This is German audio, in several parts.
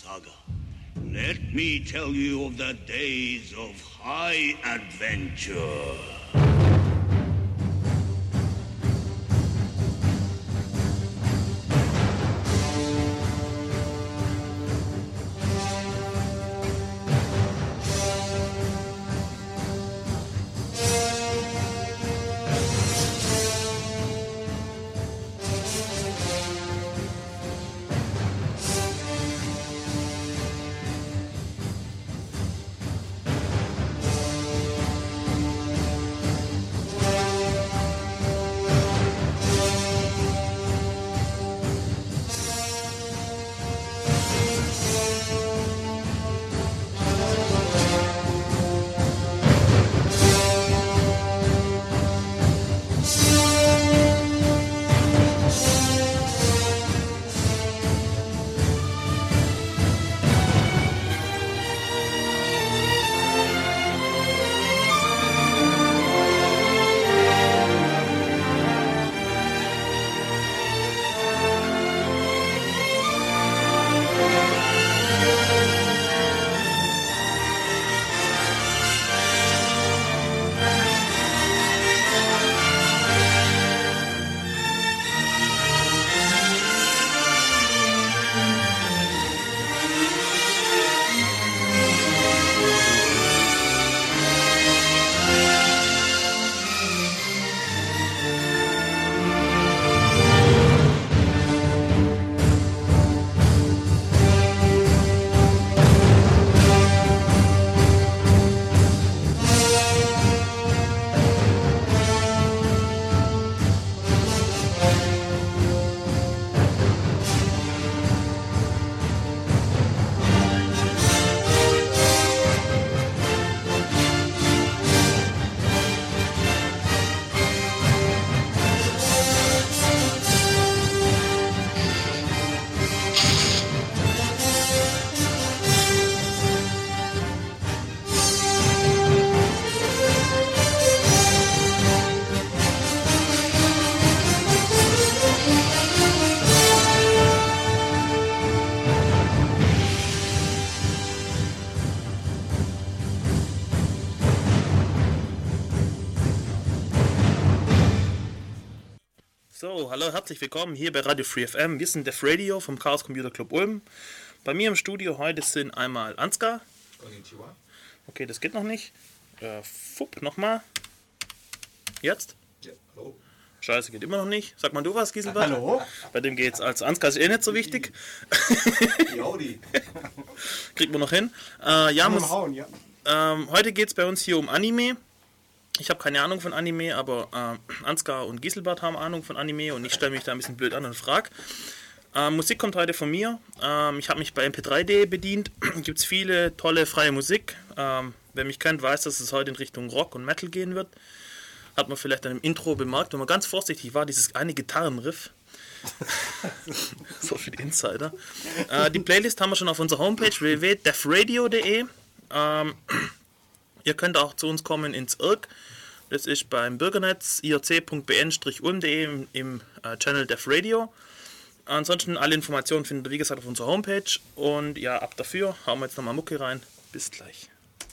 saga. Let me tell you of the days of high adventure. So, hallo, herzlich willkommen hier bei Radio Free FM. Wir sind Def Radio vom Chaos Computer Club Ulm. Bei mir im Studio heute sind einmal Ansgar. Konnichiwa. Okay, das geht noch nicht. Fupp, nochmal. Jetzt? Ja, hallo. Scheiße, geht immer noch nicht. Sag mal du was, Giselbert? Hallo. Bei dem geht's als Ansgar ist nicht so wichtig. Jodi. Kriegt man noch hin. Ja, Hauen, ja. heute geht's bei uns hier um Anime. Ich habe keine Ahnung von Anime, aber Ansgar und Giselbert haben Ahnung von Anime und ich stelle mich da ein bisschen blöd an und frage. Musik kommt heute von mir. Ich habe mich bei mp3.de bedient. Gibt es viele tolle freie Musik. Wer mich kennt, weiß, dass es heute in Richtung Rock und Metal gehen wird. Hat man vielleicht an dem Intro bemerkt, wenn man ganz vorsichtig war, dieses eine Gitarrenriff. So für die Insider. Die Playlist haben wir schon auf unserer Homepage www.defradio.de. Ihr könnt auch zu uns kommen ins IRC. Das ist beim Bürgernetz irc.bn-ulm.de im Channel Def Radio. Ansonsten alle Informationen findet ihr wie gesagt auf unserer Homepage. Und ja, ab dafür hauen wir jetzt nochmal Mucke rein. Bis gleich.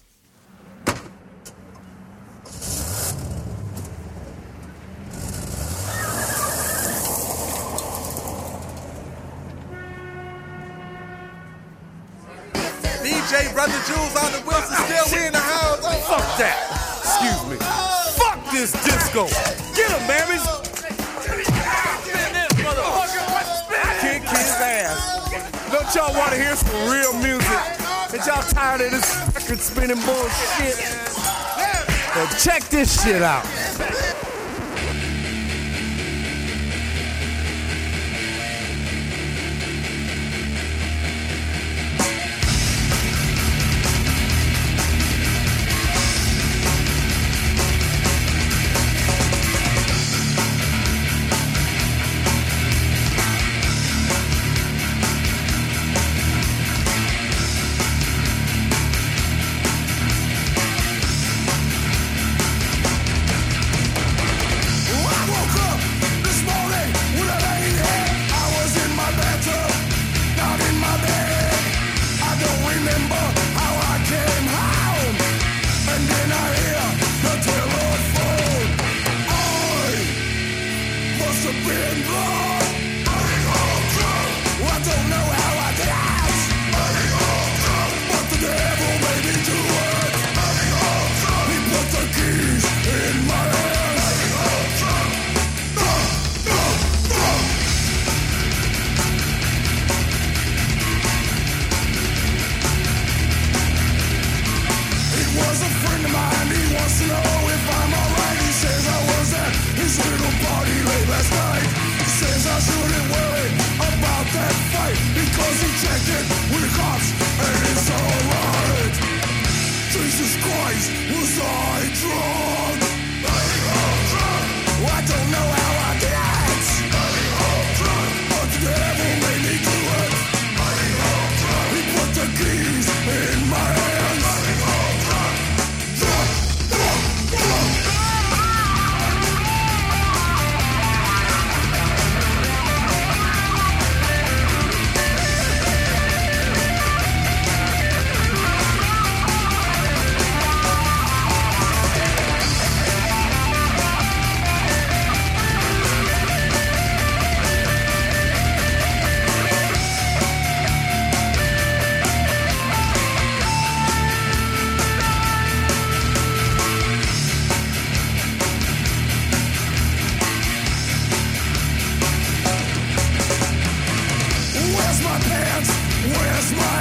DJ Brother Jules on the Wilson still we in the house. Oh, fuck that. Excuse me. Fuck this disco. Get him, babies. Kick his ass. Don't y'all want to hear some real music? Ain't y'all tired of this record spinning bullshit? Well, check this shit out.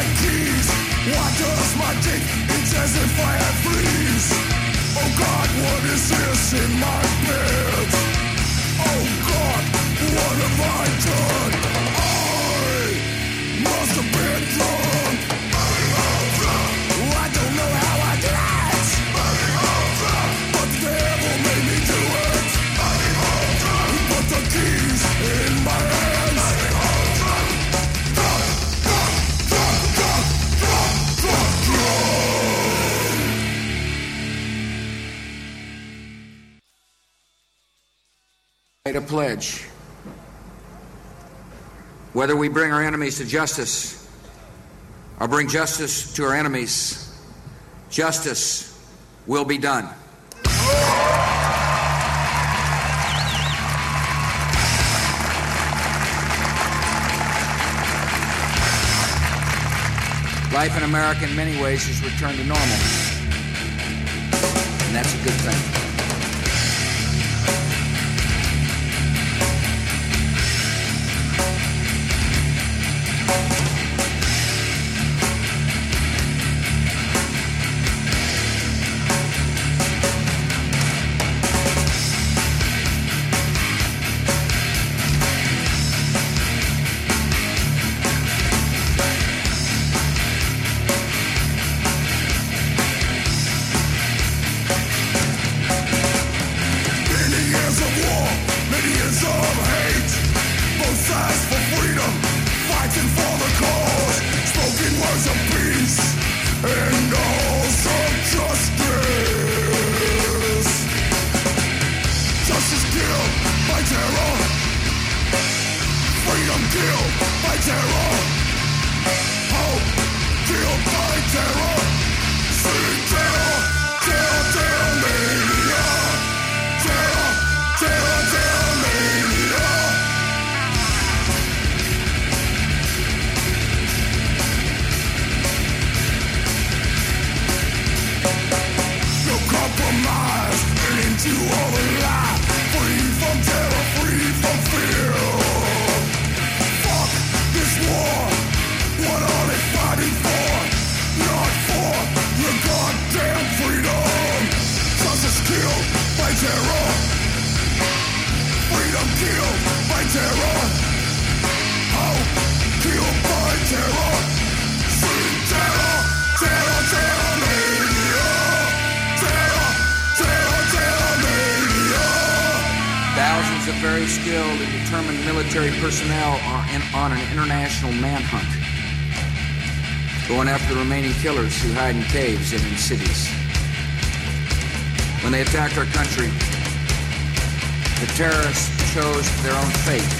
keys. Why does my dick? It's as if I had fleas. Oh God, what is this in my bed? Oh God, what have I done? I must have been drunk. I don't know how I did it, but the devil made me do it. He put the keys in my hands. Made a pledge. Whether we bring our enemies to justice or bring justice to our enemies, justice will be done. Life in America in many ways has returned to normal, and that's a good thing. Very skilled and determined military personnel are on an international manhunt, going after the remaining killers who hide in caves and in cities. When they attacked our country, the terrorists chose their own fate.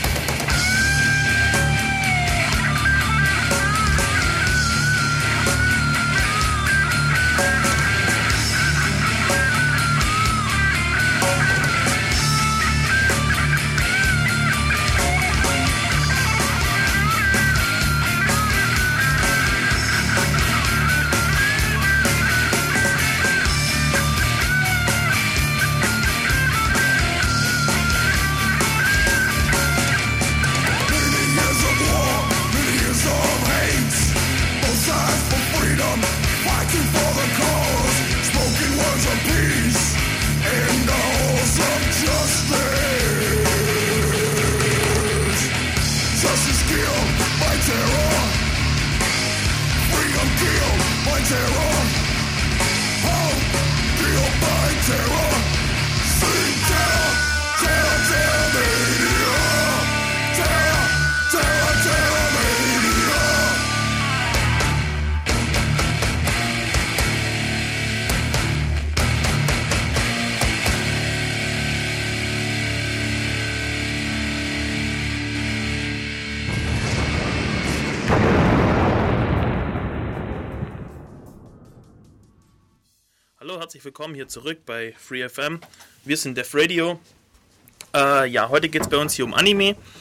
Herzlich willkommen hier zurück bei Free FM. Wir sind Def Radio. Ja, heute geht es bei uns hier um Anime.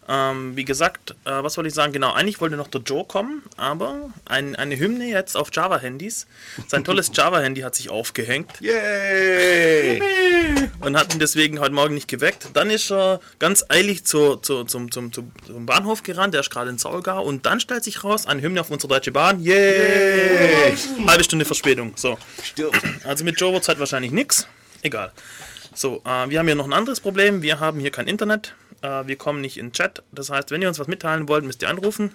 Wie gesagt, was wollte ich sagen? Genau, eigentlich wollte noch der Joe kommen, aber eine Hymne jetzt auf Java-Handys. Sein tolles Java-Handy hat sich aufgehängt. Yay! Und hat ihn deswegen heute Morgen nicht geweckt. Dann ist er ganz eilig zum Bahnhof gerannt, der ist gerade in Saulgau. Und dann stellt sich raus, eine Hymne auf unsere Deutsche Bahn. Yay! Halbe Stunde Verspätung. So. Also mit Joe wird es halt wahrscheinlich nichts. Egal. So, wir haben hier noch ein anderes Problem. Wir haben hier kein Internet. Wir kommen nicht in den Chat. Das heißt, wenn ihr uns was mitteilen wollt, müsst ihr anrufen.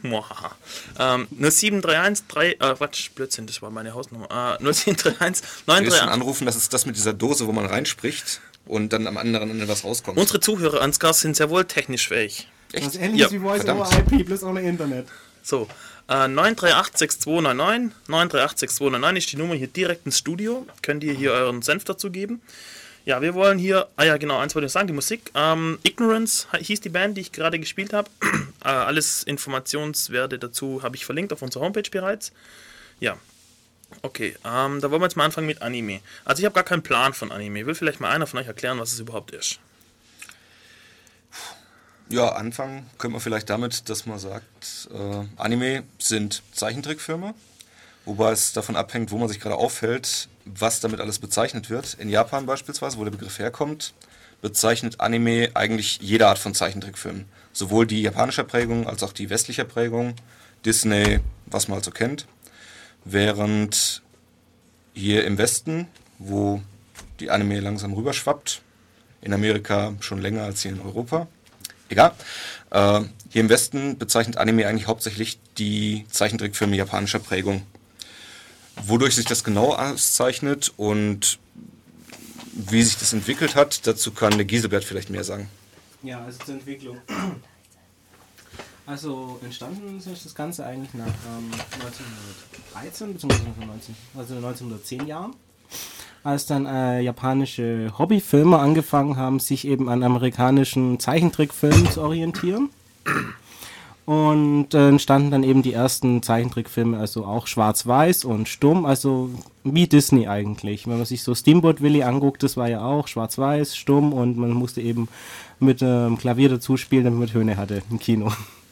0731 Blödsinn, das war meine Hausnummer. 0731 931. Anrufen, das ist das mit dieser Dose, wo man reinspricht und dann am anderen Ende was rauskommt. Unsere Zuhörer, Ansgar, sind sehr wohl technisch fähig. Echt? Das ist ähnlich wie Voice over IP, plus ohne Internet. So, 9386299. 9386299 ist die Nummer hier direkt ins Studio. Könnt ihr hier euren Senf dazu geben. Ja, wir wollen hier, eins wollte ich sagen, die Musik. Ignorance hieß die Band, die ich gerade gespielt habe. Alles Informationswerte dazu habe ich verlinkt auf unserer Homepage bereits. Ja, okay, da wollen wir jetzt mal anfangen mit Anime. Also ich habe gar keinen Plan von Anime. Will vielleicht mal einer von euch erklären, was es überhaupt ist? Ja, anfangen können wir vielleicht damit, dass man sagt, Anime sind Zeichentrickfilme. Wobei es davon abhängt, wo man sich gerade aufhält, was damit alles bezeichnet wird. In Japan beispielsweise, wo der Begriff herkommt, bezeichnet Anime eigentlich jede Art von Zeichentrickfilmen. Sowohl die japanische Prägung als auch die westliche Prägung, Disney, was man also kennt. Während hier im Westen, wo die Anime langsam rüberschwappt, in Amerika schon länger als hier in Europa, egal, hier im Westen bezeichnet Anime eigentlich hauptsächlich die Zeichentrickfilme japanischer Prägung. Wodurch sich das genau auszeichnet und wie sich das entwickelt hat, dazu kann der Giselbert vielleicht mehr sagen. Ja, also zur Entwicklung. Also entstanden ist das Ganze eigentlich nach 1913 bzw. 1910 Jahren, als dann japanische Hobbyfilmer angefangen haben, sich eben an amerikanischen Zeichentrickfilmen zu orientieren. Und entstanden dann eben die ersten Zeichentrickfilme, also auch schwarz-weiß und stumm, also wie Disney eigentlich. Wenn man sich so Steamboat Willie anguckt, das war ja auch schwarz-weiß, stumm und man musste eben mit Klavier dazu spielen, damit man Töne hatte im Kino.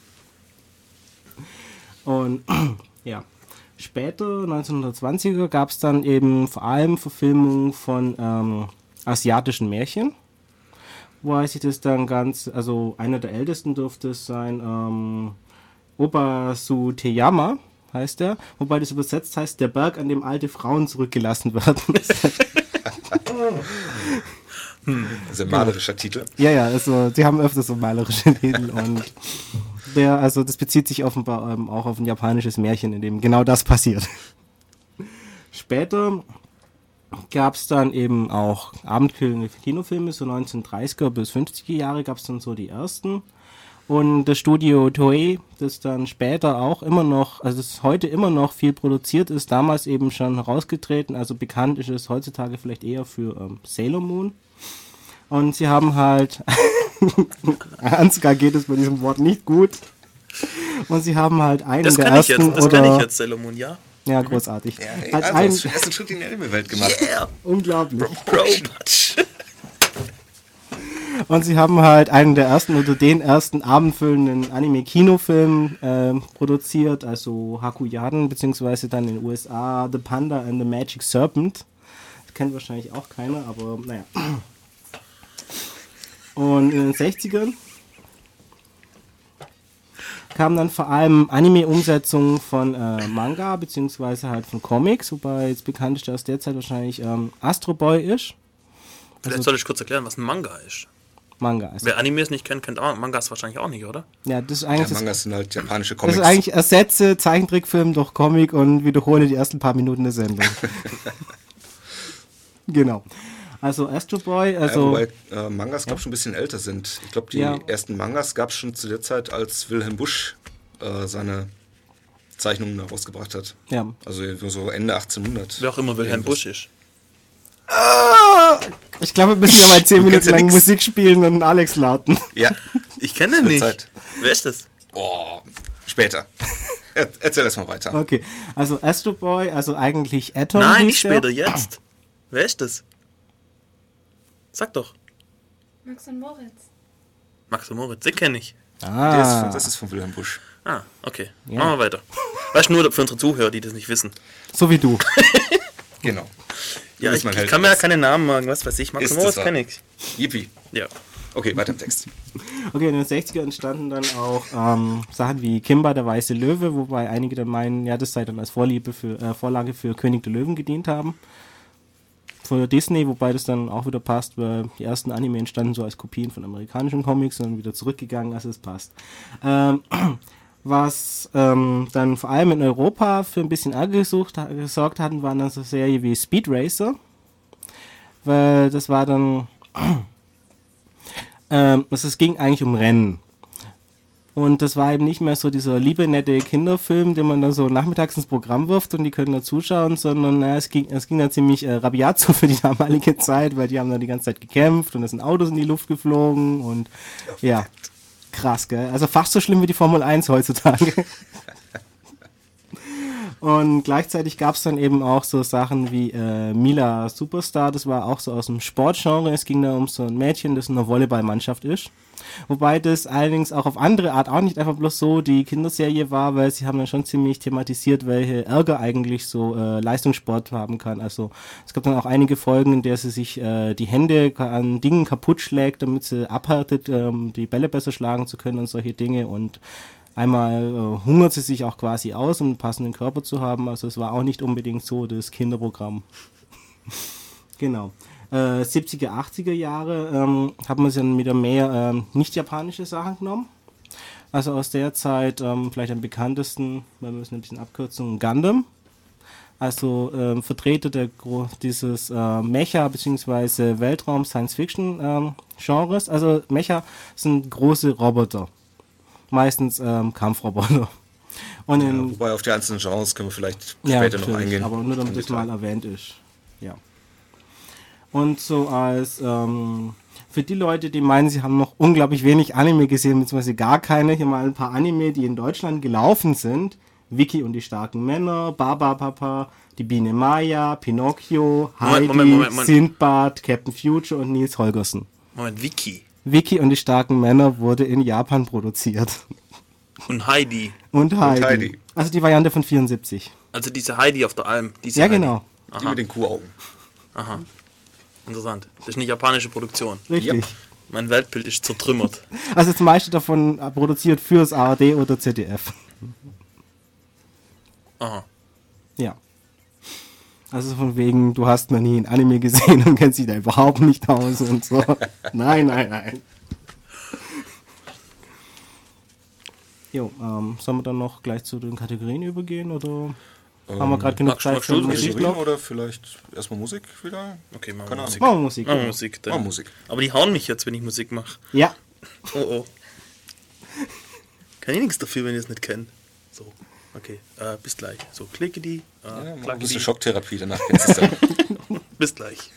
Und ja, später, 1920er, gab es dann eben vor allem Verfilmungen von asiatischen Märchen. Wobei sich das dann also einer der ältesten dürfte es sein, Obasu Teyama heißt der, wobei das übersetzt heißt, der Berg, an dem alte Frauen zurückgelassen werden. Das ist ein malerischer Titel. Ja, also sie haben öfter so malerische Titel und das bezieht sich offenbar auch auf ein japanisches Märchen, in dem genau das passiert. Später gab es dann eben auch abendfüllende Kinofilme, so 1930er bis 50er Jahre gab es dann so die ersten. Und das Studio Toei, das dann später auch immer noch, also das heute immer noch viel produziert ist, damals eben schon herausgetreten, also bekannt ist es heutzutage vielleicht eher für Sailor Moon. Und sie haben halt, Ansgar geht es bei diesem Wort nicht gut, und sie haben halt einen das der kann ersten, das kann ich jetzt, Sailor Moon, ja. Ja, großartig. Ja, hey, als also, hast einen Schritt in die Anime-Welt gemacht. Yeah. unglaublich. Pro-Patch. Und sie haben halt einen der ersten oder den ersten abendfüllenden Anime-Kinofilm produziert, also Hakuyaden, beziehungsweise dann in den USA The Panda and the Magic Serpent. Das kennt wahrscheinlich auch keiner, aber naja. Und in den 60ern kamen dann vor allem Anime-Umsetzungen von Manga, beziehungsweise halt von Comics, wobei jetzt bekannt ist, dass derzeit wahrscheinlich Astro Boy ist. Vielleicht soll ich kurz erklären, was ein Manga ist. Manga ist. Wer Animes nicht kennt, kennt auch Mangas wahrscheinlich auch nicht, oder? Ja, das ist eigentlich Ja, Mangas sind halt japanische das Comics. ist eigentlich ersetze Zeichentrickfilm durch Comic und wiederhole die ersten paar Minuten der Sendung. Genau. Also Astro Boy, also... wobei Mangas, glaube ich, schon ein bisschen älter sind. Ich glaube, die ersten Mangas gab es schon zu der Zeit, als Wilhelm Busch seine Zeichnungen rausgebracht hat. Ja. Also so Ende 1800. Wer auch immer Wilhelm Busch ist. Ich glaube, wir müssen ja mal 10 Minuten ja lang nix. Musik spielen und Alex lauten. Ja, Ich kenne den nicht. Zeit. Wer ist das? Oh, später. Erzähl erst mal weiter. Okay, also Astro Boy, also eigentlich Atom. Nein, hieß nicht der. später, jetzt. Wer ist das? Sag doch. Max und Moritz. Max und Moritz, den kenne ich. Das ist von Wilhelm Busch. Ah, okay. Ja. Machen wir weiter. Weißt du, nur für unsere Zuhörer, die das nicht wissen. So wie du. Genau. Ja, bist ich mein kann mir ja Held. keine Namen sagen, was weiß ich. Max Ist Moritz das kenne ich. Yippie. Ja. Okay, weiter im Text. Okay, in den 60ern entstanden dann auch Sachen wie Kimba, der weiße Löwe, wobei einige dann meinen, ja, das sei dann als Vorlage für König der Löwen gedient haben. Für Disney, wobei das dann auch wieder passt, weil die ersten Anime entstanden so als Kopien von amerikanischen Comics und dann wieder zurückgegangen, also es passt. Was dann vor allem in Europa für ein bisschen Ärger gesorgt hatten, waren dann so Serien wie Speed Racer, weil das war dann es ging eigentlich um Rennen. Und das war eben nicht mehr so dieser liebe, nette Kinderfilm, den man dann so nachmittags ins Programm wirft und die können da zuschauen, sondern es ging dann ziemlich rabiat so für die damalige Zeit, weil die haben dann die ganze Zeit gekämpft und es sind Autos in die Luft geflogen und ja, krass, gell? Also fast so schlimm wie die Formel 1 heutzutage. Und gleichzeitig gab es dann eben auch so Sachen wie Mila Superstar, das war auch so aus dem Sportgenre. Es ging da um so ein Mädchen, das in einer Volleyballmannschaft ist. Wobei das allerdings auch auf andere Art auch nicht einfach bloß so die Kinderserie war, weil sie haben dann schon ziemlich thematisiert, welche Ärger eigentlich so Leistungssport haben kann. Also es gab dann auch einige Folgen, in der sie sich die Hände an Dingen kaputt schlägt, damit sie abhärtet, die Bälle besser schlagen zu können und solche Dinge. Und einmal hungert sie sich auch quasi aus, um einen passenden Körper zu haben. Also es war auch nicht unbedingt so das Kinderprogramm. Genau. 70er, 80er Jahre hat man dann wieder mehr nicht japanische Sachen genommen. Also aus der Zeit vielleicht am bekanntesten, wir müssen ein bisschen abkürzen, Gundam. Also Vertreter dieses Mecha- bzw. Weltraum-Science-Fiction-Genres. Also Mecha sind große Roboter. Meistens Kampfroboter. Und Wobei auf die einzelnen Genres können wir vielleicht ja, später noch natürlich, eingehen. aber nur damit das mal erwähnt ist. Ja. Und so als für die Leute, die meinen, sie haben noch unglaublich wenig Anime gesehen, beziehungsweise gar keine, hier mal ein paar Anime, die in Deutschland gelaufen sind. Vicky und die starken Männer, Barbapapa, die Biene Maya, Pinocchio, Heidi, Moment. Sindbad, Captain Future und Nils Holgersen. Moment, Vicky Vicky und die starken Männer wurde in Japan produziert. und Heidi. Und Heidi. Heidi. Also die Variante von 74. Also diese Heidi auf der Alm. Diese Ja, Heidi. genau. Die mit den Kuhaugen. Aha. Interessant. Das ist eine japanische Produktion. Richtig. Yep. Mein Weltbild ist zertrümmert. Also das meiste davon produziert fürs ARD oder ZDF. Aha. Ja. Also von wegen, du hast noch nie ein Anime gesehen und kennst dich da überhaupt nicht aus und so. Nein. Jo, sollen wir dann noch gleich zu den Kategorien übergehen oder haben wir gerade genug Zeit für magst du Musik Kategorien noch? oder vielleicht erstmal Musik wieder? Okay, machen Keine wir Ahnung. Musik. Machen wir Musik. Machen wir Ja. Musik, dann. Machen wir Musik. Aber die hauen mich jetzt, wenn ich Musik mache. Ja. Oh. Kann ich nichts dafür, wenn ich es nicht kenne. So, okay. Bis gleich. So, klicke die. Ja, mach ein klacke bisschen die. Schocktherapie, danach kennst du es dann. Bis gleich.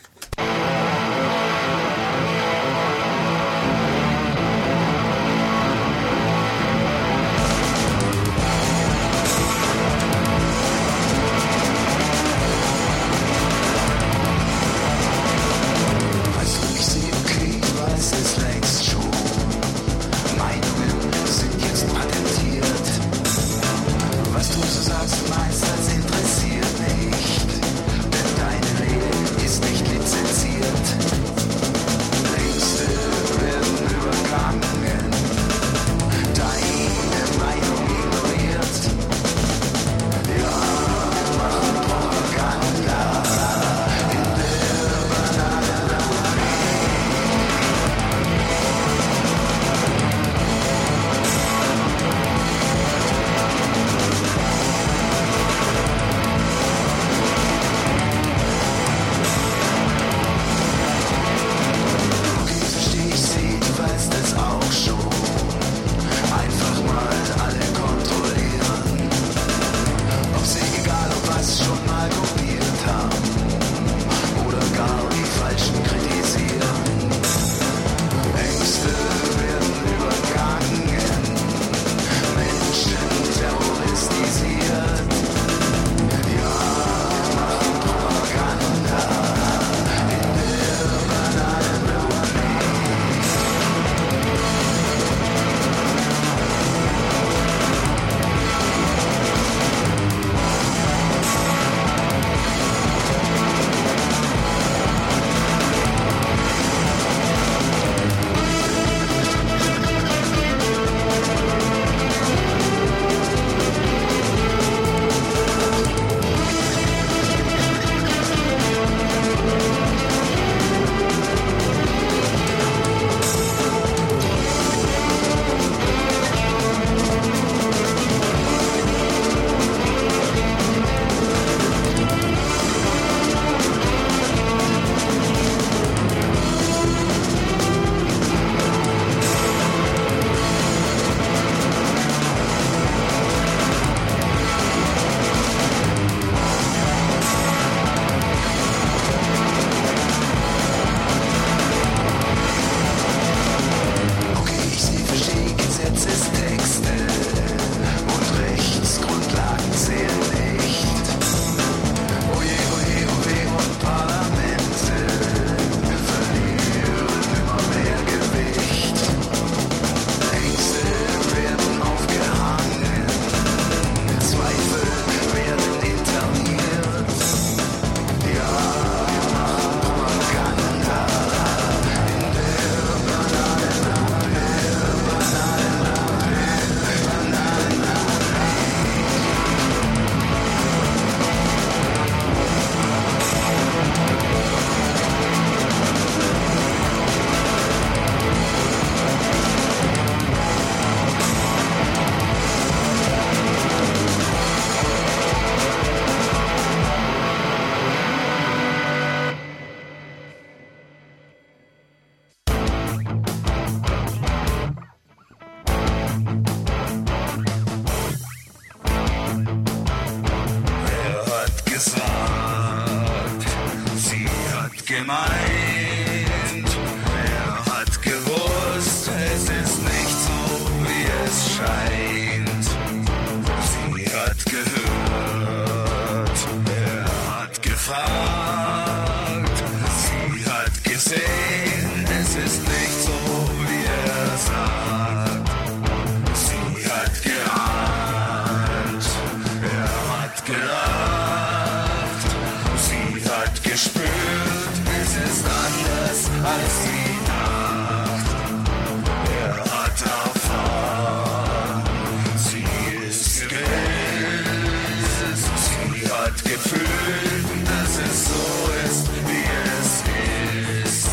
gemeint, er hat gewusst, es ist nicht so, wie es scheint. Sie hat gehört, er hat gefragt, sie hat gesehen, es ist nicht so, wie er sagt. Sie hat geahnt, er hat gelacht, sie hat gespürt, es ist anders als sie dacht. Er hat erfahren, sie ist gewiss, sie hat gefühlt, dass es so ist, wie es ist.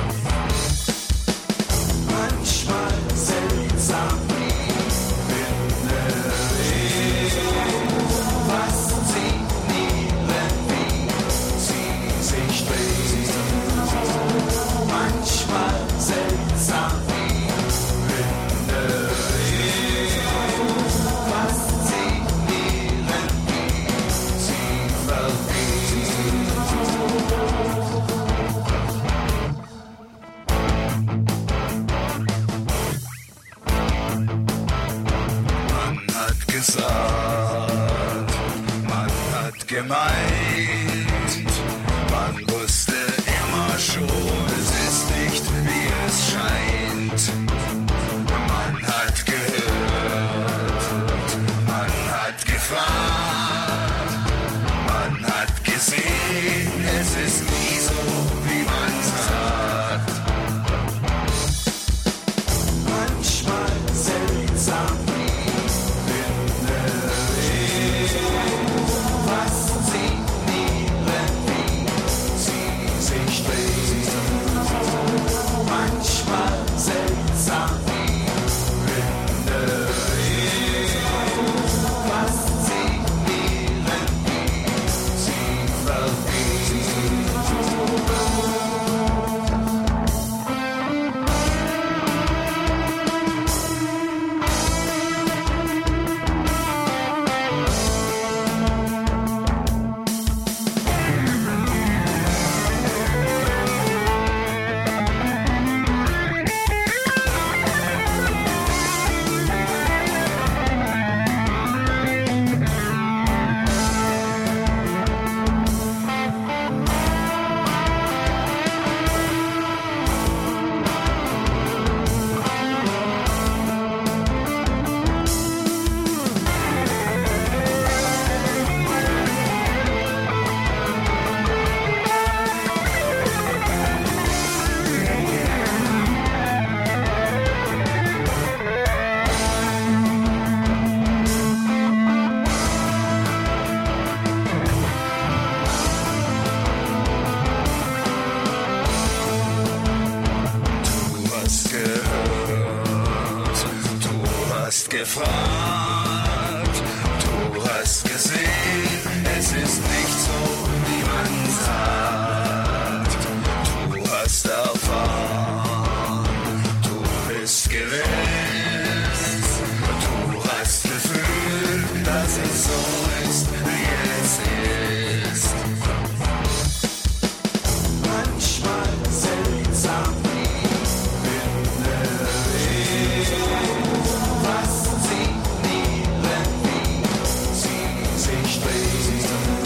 Manchmal seltsam finde ich, was sie nehmen, wie sie sich dreht. Manchmal seltsam finde ich, was sie nehmen, wie sie vergeht. Man hat gesagt, man hat gemeint, man wusste immer schon, es ist nicht, wie es scheint. Man hat gehört, man hat gefragt, man hat gesehen, es ist nie so, wie man sagt. Manchmal seltsam finde ich, was sie nehmen, wie sie sich dreht. Manchmal seltsam finde ich, was sie nehmen, wie sie vergeht. Du hast gehört, du hast gefragt, du hast gesehen, es ist nicht so, wie man sagt. Du hast erfahren, du bist gewiss, du hast gefühlt, dass es so ist, wie es ist. Manchmal seltsam finde ich, was sie nehmen, wie sie sich dreht.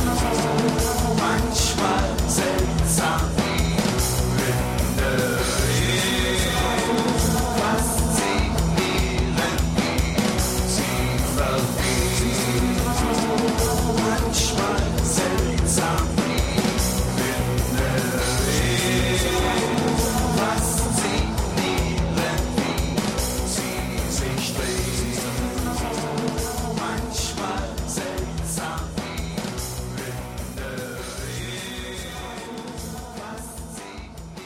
Manchmal seltsam finde ich, was sie nehmen, wie sie vergeht. Manchmal seltsam finde ich, was sie nehmen, wie sie sich dreht. Manchmal seltsam finde ich, was sie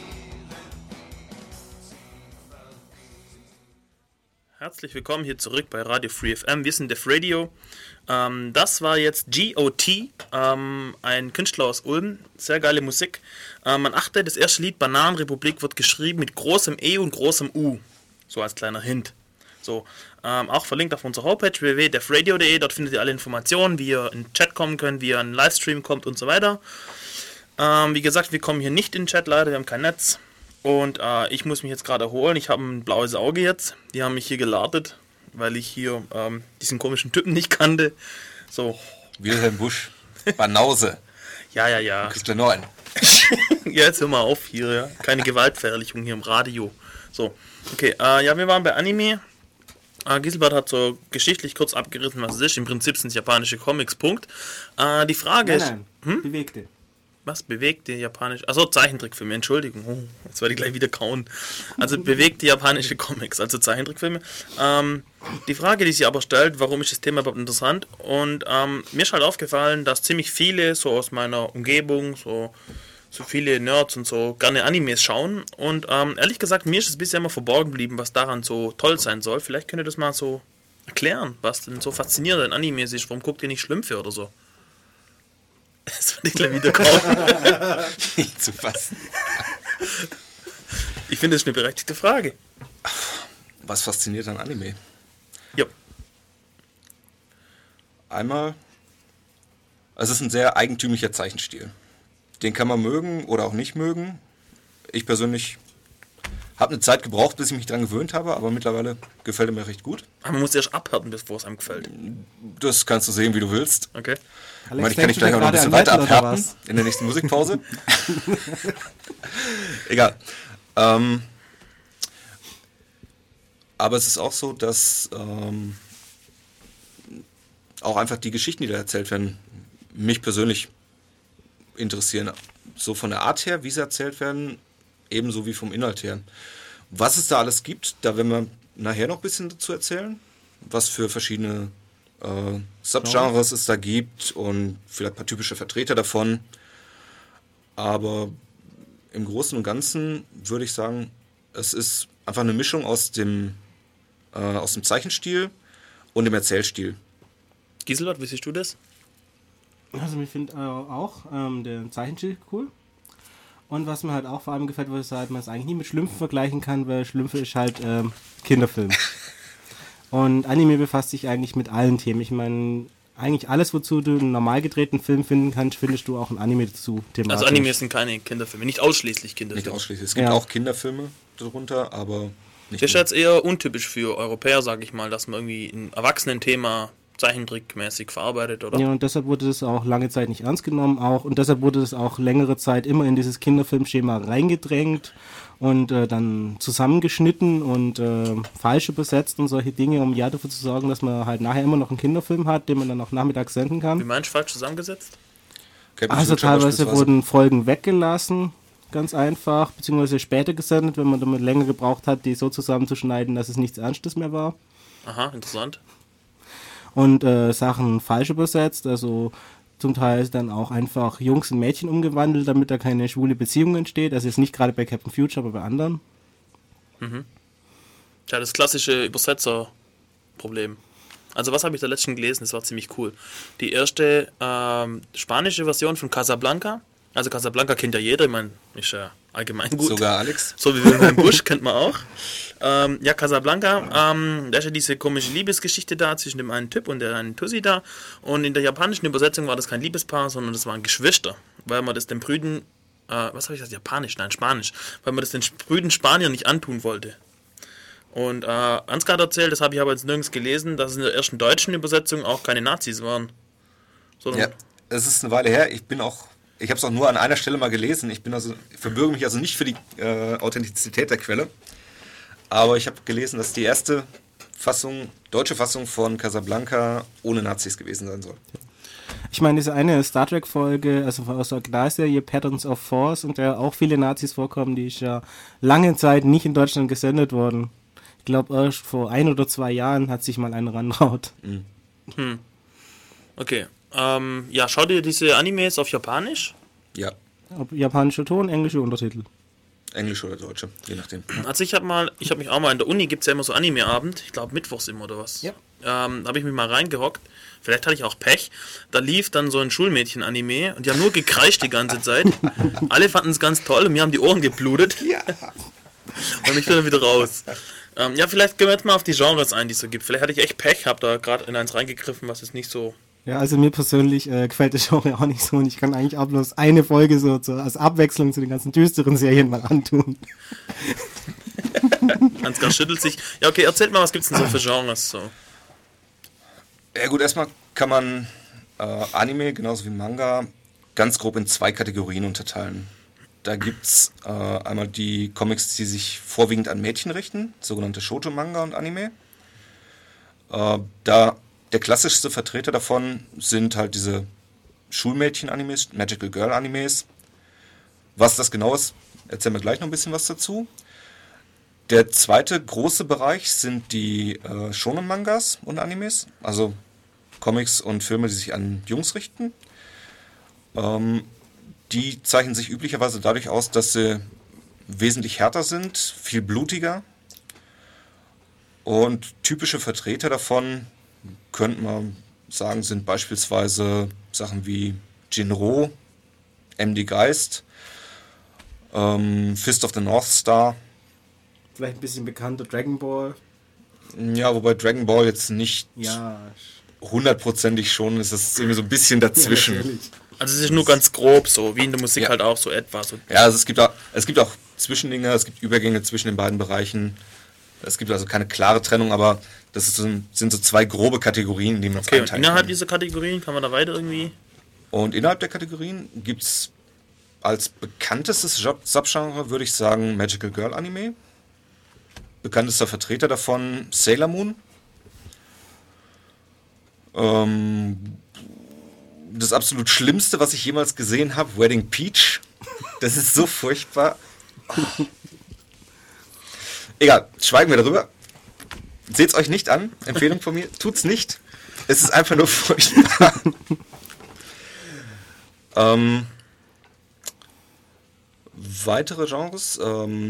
Herzlich willkommen hier zurück bei Radio Free FM. Wir sind Def Radio. Das war jetzt G.O.T., ein Künstler aus Ulm. Sehr geile Musik. Man achte, das erste Lied Bananenrepublik wird geschrieben mit großem E und großem U. So als kleiner Hint. So, auch verlinkt auf unserer Homepage www.defradio.de. Dort findet ihr alle Informationen, wie ihr in den Chat kommen könnt, wie ihr in den Livestream kommt und so weiter. Wie gesagt, wir kommen hier nicht in den Chat leider, wir haben kein Netz. Und ich muss mich jetzt gerade erholen. Ich habe ein blaues Auge jetzt. Die haben mich hier gelartet, weil ich hier diesen komischen Typen nicht kannte. So. Wilhelm Busch. Banause. Ja. Kriegst du noch einen? Ja, jetzt hör mal auf hier, ja. Keine Gewaltverherrlichung hier im Radio. So, okay, wir waren bei Anime. Giselbert hat so geschichtlich kurz abgerissen, was es ist. Im Prinzip sind es japanische Comics, Punkt. Die Frage ist... Bewegte. Was? Bewegte japanische... Achso, Zeichentrickfilme, Entschuldigung. Oh, jetzt werde ich gleich wieder kauen. Also bewegte japanische Comics, also Zeichentrickfilme. Die Frage, die sich aber stellt, warum ist das Thema überhaupt interessant? Und mir ist halt aufgefallen, dass ziemlich viele so aus meiner Umgebung, so viele Nerds und so gerne Animes schauen. Und ehrlich gesagt, mir ist es bisher immer verborgen geblieben, was daran so toll sein soll. Vielleicht könnt ihr das mal so erklären, was denn so faszinierend an Animes ist. Warum guckt ihr nicht Schlümpfe oder so? Das werde ich gleich wieder kaufen. Nicht zu fassen. Ich finde, das ist eine berechtigte Frage. Was fasziniert an Anime? Ja. Einmal, es ist ein sehr eigentümlicher Zeichenstil. Den kann man mögen oder auch nicht mögen. Ich persönlich habe eine Zeit gebraucht, bis ich mich daran gewöhnt habe, aber mittlerweile gefällt er mir recht gut. Aber man muss erst abhärten, bevor es einem gefällt. Das kannst du sehen, wie du willst. Okay. Ich meine, ich kann dich gleich auch noch ein bisschen weiter abhärten in der nächsten Musikpause. Egal. Aber es ist auch so, dass auch einfach die Geschichten, die da erzählt werden, mich persönlich interessieren. So von der Art her, wie sie erzählt werden, ebenso wie vom Inhalt her. Was es da alles gibt, da werden wir nachher noch ein bisschen dazu erzählen, was für verschiedene Subgenres es da gibt und vielleicht ein paar typische Vertreter davon. Aber im Großen und Ganzen würde ich sagen, es ist einfach eine Mischung aus dem Zeichenstil und dem Erzählstil. Giselbert, wie siehst du das? Also ich finde auch den Zeichenstil cool. Und was mir halt auch vor allem gefällt, was halt man es eigentlich nie mit Schlümpfen vergleichen kann, weil Schlümpfe ist halt Kinderfilm. Und Anime befasst sich eigentlich mit allen Themen. Ich meine, eigentlich alles, wozu du einen normal gedrehten Film finden kannst, findest du auch ein Anime dazu thematisch. Also Anime sind keine Kinderfilme, nicht ausschließlich Kinderfilme. Nicht ausschließlich. Es gibt auch Kinderfilme darunter, aber nicht Das ist jetzt eher untypisch für Europäer, sage ich mal, dass man irgendwie ein Erwachsenen-Thema zeichentrickmäßig verarbeitet, oder? Ja, und deshalb wurde das auch lange Zeit nicht ernst genommen und deshalb wurde das auch längere Zeit immer in dieses Kinderfilmschema reingedrängt und dann zusammengeschnitten und falsch übersetzt und solche Dinge, um ja dafür zu sorgen, dass man halt nachher immer noch einen Kinderfilm hat, den man dann auch nachmittags senden kann. Wie meinst du falsch zusammengesetzt? Also teilweise wurden Folgen weggelassen, ganz einfach, beziehungsweise später gesendet, wenn man damit länger gebraucht hat, die so zusammenzuschneiden, dass es nichts Ernstes mehr war. Aha, interessant. Und Sachen falsch übersetzt, also zum Teil dann auch einfach Jungs in Mädchen umgewandelt, damit da keine schwule Beziehung entsteht. Also jetzt nicht gerade bei Captain Future, aber bei anderen. Mhm. Ja, das klassische Übersetzerproblem. Also was habe ich da letztens gelesen, das war ziemlich cool. Die erste spanische Version von Casablanca. Also Casablanca kennt ja jeder, ich meine, ist ja allgemein gut. Sogar Alex. So wie Wilhelm Busch kennt man auch. Ja, Casablanca, da ist ja diese komische Liebesgeschichte da zwischen dem einen Typ und der einen Tussi da. Und in der japanischen Übersetzung war das kein Liebespaar, sondern das waren Geschwister. Weil man das den Brüden, was habe ich gesagt, Japanisch? Nein, Spanisch. Weil man das den Brüden Spaniern nicht antun wollte. Und Ansgar hat erzählt, das habe ich aber jetzt nirgends gelesen, dass es in der ersten deutschen Übersetzung auch keine Nazis waren. Ja, es ist eine Weile her. Ich habe es auch nur an einer Stelle mal gelesen. Ich verbürge mich also nicht für die Authentizität der Quelle. Aber ich habe gelesen, dass die erste deutsche Fassung von Casablanca ohne Nazis gewesen sein soll. Ich meine, diese eine Star Trek-Folge, also aus der Originalserie Patterns of Force, in der auch viele Nazis vorkommen, die ist ja lange Zeit nicht in Deutschland gesendet worden. Ich glaube, erst vor 1 oder 2 Jahren hat sich mal einer rangehaut. Mhm. Okay. Ja, schau dir diese Animes auf Japanisch? Ja. Ob japanischer Ton, englische Untertitel. Englisch oder Deutsche, je nachdem. Also ich habe mich auch mal in der Uni, gibt es ja immer so Anime-Abend, ich glaube mittwochs immer oder was. Ja. Da habe ich mich mal reingehockt, vielleicht hatte ich auch Pech, da lief dann so ein Schulmädchen-Anime und die haben nur gekreischt die ganze Zeit. Alle fanden es ganz toll und mir haben die Ohren geblutet. Ja. Und ich bin dann wieder raus. Ja, vielleicht gehen wir jetzt mal auf die Genres ein, die es so gibt. Vielleicht hatte ich echt Pech, habe da gerade in eins reingegriffen, was jetzt nicht so Ja, also mir persönlich gefällt das Genre auch nicht so und ich kann eigentlich auch bloß eine Folge so als Abwechslung zu den ganzen düsteren Serien mal antun. Ansgar schüttelt sich. Ja, okay, erzählt mal, was gibt's denn so für Genres? So. Ja gut, erstmal kann man Anime genauso wie Manga ganz grob in 2 Kategorien unterteilen. Da gibt es einmal die Comics, die sich vorwiegend an Mädchen richten, sogenannte Shoujo-Manga und Anime. Der klassischste Vertreter davon sind halt diese Schulmädchen-Animes, Magical Girl-Animes. Was das genau ist, erzählen wir gleich noch ein bisschen was dazu. Der zweite große Bereich sind die Shonen-Mangas und Animes, also Comics und Filme, die sich an Jungs richten. Die zeichnen sich üblicherweise dadurch aus, dass sie wesentlich härter sind, viel blutiger. Und typische Vertreter davon, könnte man sagen, sind beispielsweise Sachen wie Jinro, MD Geist, Fist of the North Star. Vielleicht ein bisschen bekannter Dragon Ball. Ja, wobei Dragon Ball jetzt nicht Ja, hundertprozentig schon ist, es irgendwie so ein bisschen dazwischen. natürlich. Also es ist nur ganz grob so, wie in der Musik Ja. halt auch so etwa. So. Ja, also es gibt auch Zwischendinge, es gibt Übergänge zwischen den beiden Bereichen. Es gibt also keine klare Trennung, aber das sind so 2 grobe Kategorien, die man Okay, und einteilen innerhalb kann. dieser Kategorien kann man da weiter irgendwie... Und innerhalb der Kategorien gibt es als bekanntestes Subgenre, würde ich sagen, Magical Girl Anime. Bekanntester Vertreter davon Sailor Moon. Das absolut Schlimmste, was ich jemals gesehen habe, Wedding Peach. Das ist so furchtbar. Oh. Egal, schweigen wir darüber. Seht's euch nicht an. Empfehlung von mir. Tut's nicht. Es ist einfach nur furchtbar. Weitere Genres.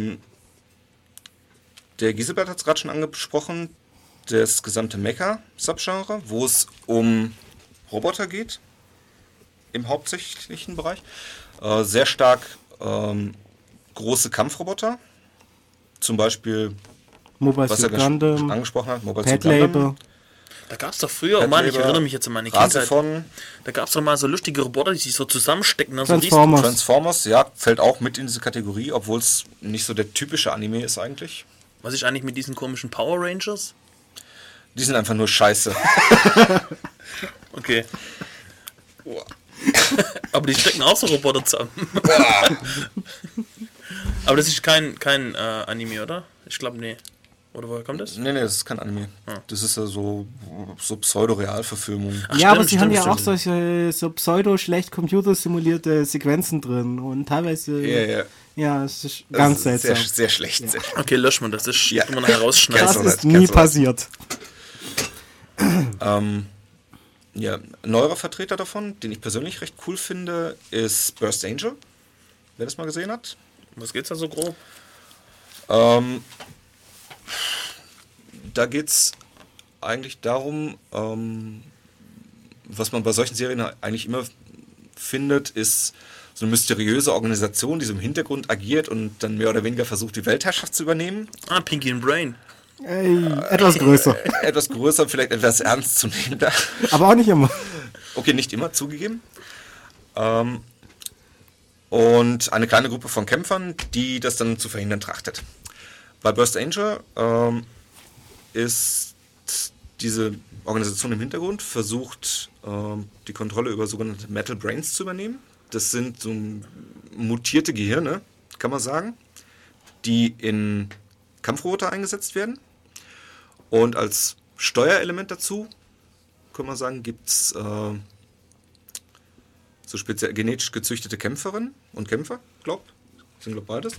Der Giselbert hat es gerade schon angesprochen. Das gesamte Mecha-Subgenre, wo es um Roboter geht. Im hauptsächlichen Bereich. Sehr stark große Kampfroboter. Zum Beispiel, Mobile was er Suit Gundam, angesprochen hat, Mobile Pet Suit Gundam, Labor. Da gab es doch früher, oh Mann, ich erinnere mich jetzt an meine Kindheit. Rasefon, Da gab es doch mal so lustige Roboter, die sich so zusammenstecken. Also Transformers, ja, fällt auch mit in diese Kategorie, obwohl es nicht so der typische Anime ist eigentlich. Was ist eigentlich mit diesen komischen Power Rangers? Die sind einfach nur scheiße. Okay. Aber die stecken auch so Roboter zusammen. Aber das ist kein Anime, oder? Ich glaube, nee. Oder woher kommt das? Nee, das ist kein Anime. Das ist ja so Pseudo-Real-Verfilmung. Ach, Ja, aber sie stimmt, haben ja stimmt. auch solche so pseudo-schlecht computersimulierte Sequenzen drin und teilweise, Ja. ja, es ist ganz Das ist seltsam. sehr schlecht. Sehr schlecht. Okay, lösch mal das. Das Ja. kann man nachher rausschneiden. Das Kennst du ist nicht, nie kennst du passiert. Ja, ein neuerer Vertreter davon, den ich persönlich recht cool finde, ist Burst Angel. Wer das mal gesehen hat? Was geht's da so grob? Da geht es eigentlich darum, was man bei solchen Serien eigentlich immer findet, ist so eine mysteriöse Organisation, die so im Hintergrund agiert und dann mehr oder weniger versucht, die Weltherrschaft zu übernehmen. Ah, Pinky and Brain. Ey, etwas größer. Etwas größer, vielleicht etwas ernstzunehmender. Aber auch nicht immer. Okay, nicht immer, zugegeben. Und eine kleine Gruppe von Kämpfern, die das dann zu verhindern trachtet. Bei Burst Angel ist diese Organisation im Hintergrund, versucht die Kontrolle über sogenannte Metal Brains zu übernehmen. Das sind so mutierte Gehirne, kann man sagen, die in Kampfroboter eingesetzt werden. Und als Steuerelement dazu, kann man sagen, gibt es so speziell genetisch gezüchtete Kämpferinnen und Kämpfer, sind beides,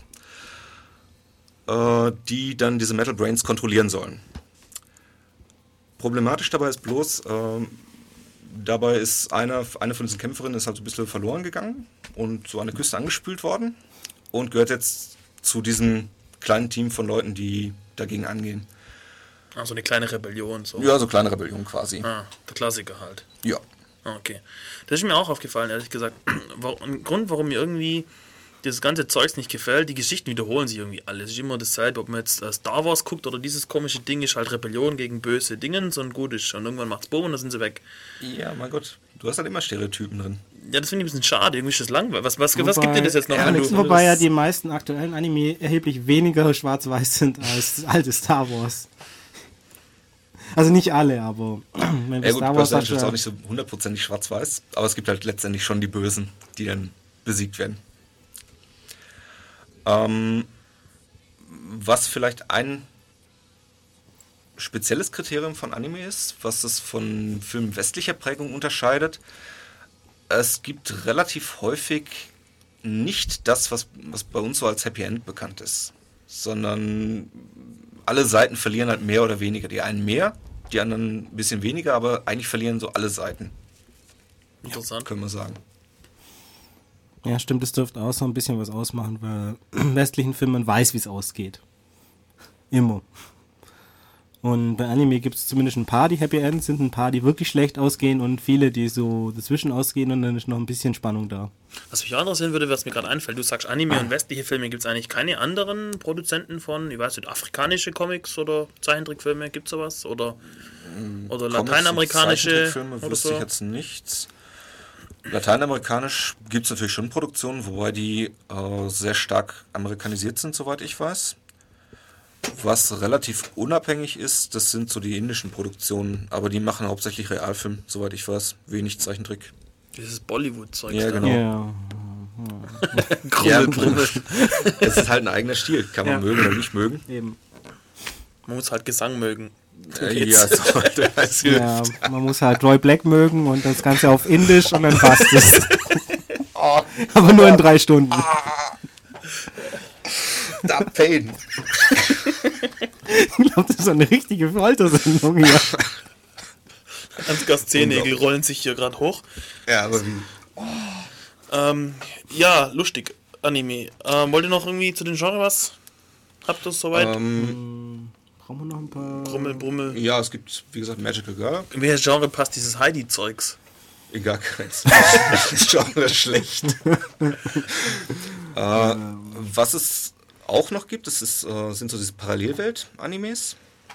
die dann diese Metal Brains kontrollieren sollen. Problematisch dabei ist bloß, dabei ist eine von diesen Kämpferinnen ist halt so ein bisschen verloren gegangen und so an der Küste angespült worden und gehört jetzt zu diesem kleinen Team von Leuten, die dagegen angehen. Also eine kleine Rebellion. So. Ja, so kleine Rebellion quasi. Ah, der Klassiker halt. Ja. Ah, okay. Das ist mir auch aufgefallen, ehrlich gesagt. Ein Grund, warum mir irgendwie das ganze Zeugs nicht gefällt, die Geschichten wiederholen sich irgendwie alle. Es ist immer dasselbe, ob man jetzt Star Wars guckt oder dieses komische Ding ist halt Rebellion gegen böse Dingens und gut ist. Und irgendwann macht's Boom und dann sind sie weg. Ja, mein Gott, du hast halt immer Stereotypen drin. Ja, das finde ich ein bisschen schade. Irgendwie ist das langweilig. Was gibt dir das jetzt noch? Wobei ja die meisten aktuellen Anime erheblich weniger schwarz-weiß sind als das alte Star Wars. Also nicht alle, aber wenn Ja gut, Star bei Wars Star hat ist auch nicht so hundertprozentig schwarz-weiß, aber es gibt halt letztendlich schon die Bösen, die dann besiegt werden. Was vielleicht ein spezielles Kriterium von Anime ist, was es von Filmen westlicher Prägung unterscheidet, es gibt relativ häufig nicht das, was bei uns so als Happy End bekannt ist, sondern alle Seiten verlieren halt mehr oder weniger. Die einen mehr, die anderen ein bisschen weniger, aber eigentlich verlieren so alle Seiten. Interessant. Können wir sagen. Ja, stimmt, das dürfte auch so ein bisschen was ausmachen, weil in westlichen Filmen man weiß, wie es ausgeht. Immer. Und bei Anime gibt es zumindest ein paar, die Happy Ends sind, ein paar, die wirklich schlecht ausgehen und viele, die so dazwischen ausgehen und dann ist noch ein bisschen Spannung da. Was mich auch interessieren würde, was mir gerade einfällt, du sagst Anime und westliche Filme, gibt es eigentlich keine anderen Produzenten von, ich weiß nicht, afrikanische Comics oder Zeichentrickfilme, gibt es sowas? Oder lateinamerikanische Filme oder wüsste so? ich jetzt nichts. Lateinamerikanisch gibt es natürlich schon Produktionen, wobei die sehr stark amerikanisiert sind, soweit ich weiß. Was relativ unabhängig ist, das sind so die indischen Produktionen, aber die machen hauptsächlich Realfilm, soweit ich weiß, wenig Zeichentrick. Dieses Bollywood-Zeug. Ja, da. genau. Ja, Krummel. Es ist halt ein eigener Stil, kann man Ja. mögen oder nicht mögen. eben. Man muss halt Gesang mögen. Ja, so, das Ja, man muss halt Roy Black mögen und das Ganze auf Indisch und dann passt es. Aber nur in 3 Stunden. Da Pain. Ich glaube, das ist eine richtige Foltersendung hier. Ansgars Zehennägel rollen sich hier gerade hoch. Ja, aber wie? Ja, lustig, Anime. Wollt ihr noch irgendwie zu den Genres was? Habt ihr es soweit? Brauchen wir noch ein paar... Brummel. Ja, es gibt, wie gesagt, Magical Girl. In welches Genre passt dieses Heidi-Zeugs? Egal, keins. Das ist Genre schlecht. Was es auch noch gibt, sind so diese Parallelwelt-Animes,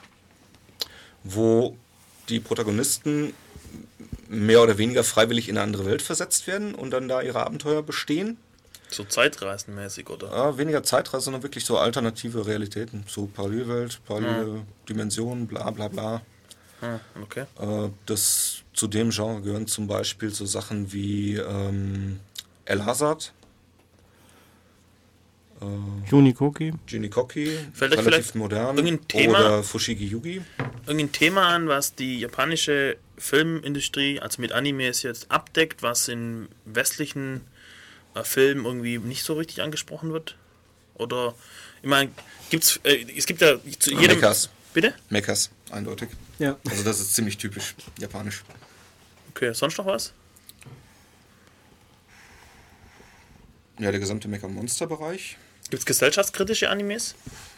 wo die Protagonisten mehr oder weniger freiwillig in eine andere Welt versetzt werden und dann da ihre Abenteuer bestehen. So zeitreisenmäßig, oder? Weniger Zeitreise, sondern wirklich so alternative Realitäten. So Parallelwelt, parallele Dimensionen, bla bla bla. Okay. Zu dem Genre gehören zum Beispiel so Sachen wie El Hazard, Junikoki. Jinikoki, Fällt euch relativ vielleicht modern, irgendein Thema- oder Fushigi Yugi. Irgendein Thema an, was die japanische Filmindustrie, also mit Animes jetzt abdeckt, was in westlichen Filmen irgendwie nicht so richtig angesprochen wird? Oder, ich meine, es gibt ja zu jedem... Mechas. Bitte? Mechas, eindeutig. Ja. Also das ist ziemlich typisch japanisch. Okay, sonst noch was? Ja, der gesamte Mecha-Monster-Bereich. Gibt es gesellschaftskritische Animes?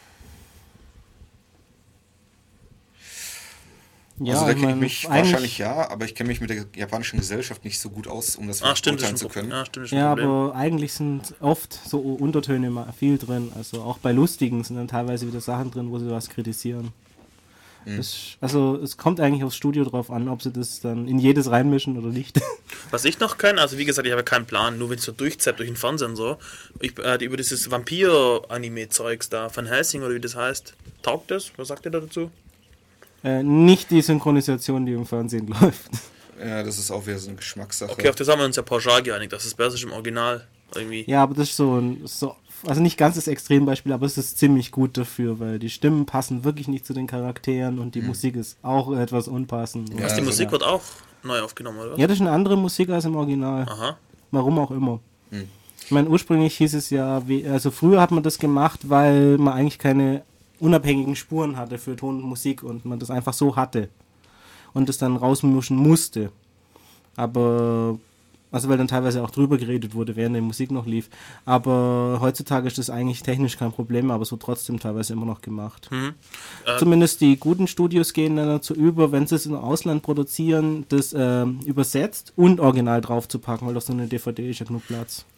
Ja, Also da ich kenne ich mein, mich eigentlich- wahrscheinlich aber ich kenne mich mit der japanischen Gesellschaft nicht so gut aus, um das Stimmt, das beurteilen ist zu ein können. Ja, stimmt, das ist ein Ja, Problem. aber eigentlich sind oft so Untertöne mal viel drin. Also auch bei Lustigen sind dann teilweise wieder Sachen drin, wo sie was kritisieren. Also es kommt eigentlich aufs Studio drauf an, ob sie das dann in jedes reinmischen oder nicht. Was ich noch kann, also wie gesagt, ich habe keinen Plan, nur wenn es so durchzappt durch den Fernsehen so, über dieses Vampir-Anime-Zeugs da, Van Helsing oder wie das heißt, taugt das? Was sagt ihr da dazu? Nicht die Synchronisation, die im Fernsehen läuft. Ja, das ist auch wieder so eine Geschmackssache. Okay, auf das haben wir uns ja pauschal geeinigt, dass es besser ist im Original irgendwie. Ja, aber das ist also nicht ganz das Extrembeispiel, aber es ist ziemlich gut dafür, weil die Stimmen passen wirklich nicht zu den Charakteren und die Musik ist auch etwas unpassend. Ja, Die Musik ja. wird auch neu aufgenommen, oder? Ja, das ist eine andere Musik als im Original. Aha. Warum auch immer. Ich meine, ursprünglich hieß es ja, also früher hat man das gemacht, weil man eigentlich keine unabhängigen Spuren hatte für Ton und Musik und man das einfach so hatte und das dann rausmischen musste. Aber, also weil dann teilweise auch drüber geredet wurde, während die Musik noch lief. Aber heutzutage ist das eigentlich technisch kein Problem, aber so trotzdem teilweise immer noch gemacht. Zumindest die guten Studios gehen dann dazu über, wenn sie es im Ausland produzieren, das übersetzt und original drauf zu packen, weil auf so eine DVD ist ja genug Platz.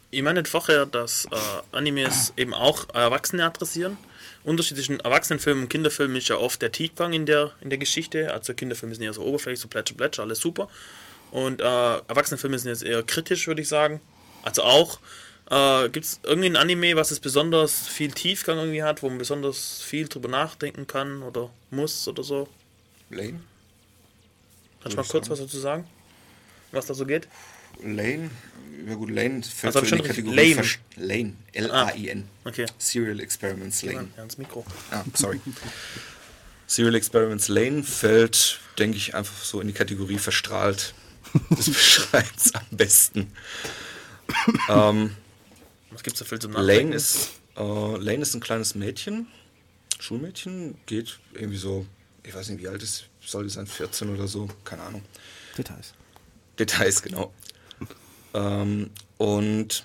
Ich meine vorher, dass Animes eben auch Erwachsene adressieren. Unterschied zwischen Erwachsenenfilmen und Kinderfilmen ist ja oft der Tiefgang in der Geschichte. Also Kinderfilme sind eher so oberflächlich, so Plätscher, alles super. Und Erwachsenenfilme sind jetzt eher kritisch, würde ich sagen. Also auch, gibt es irgendwie ein Anime, was es besonders viel Tiefgang irgendwie hat, wo man besonders viel drüber nachdenken kann oder muss oder so? Lane? Kannst du mal kurz was dazu sagen? Was da so geht? Lane? Ja gut, Lane fällt Also so in die Kategorie Lane. L-A-I-N. Okay. Serial Experiments Lane. Ja, ins Mikro. Sorry. Serial Experiments Lane fällt, denke ich, einfach so in die Kategorie verstrahlt. Das beschreibt es am besten. Was gibt's da viel zum Nachdenken? Lane ist ein kleines Mädchen, Schulmädchen, geht irgendwie so, ich weiß nicht wie alt ist, soll die sein, 14 oder so, keine Ahnung. Details, genau. Und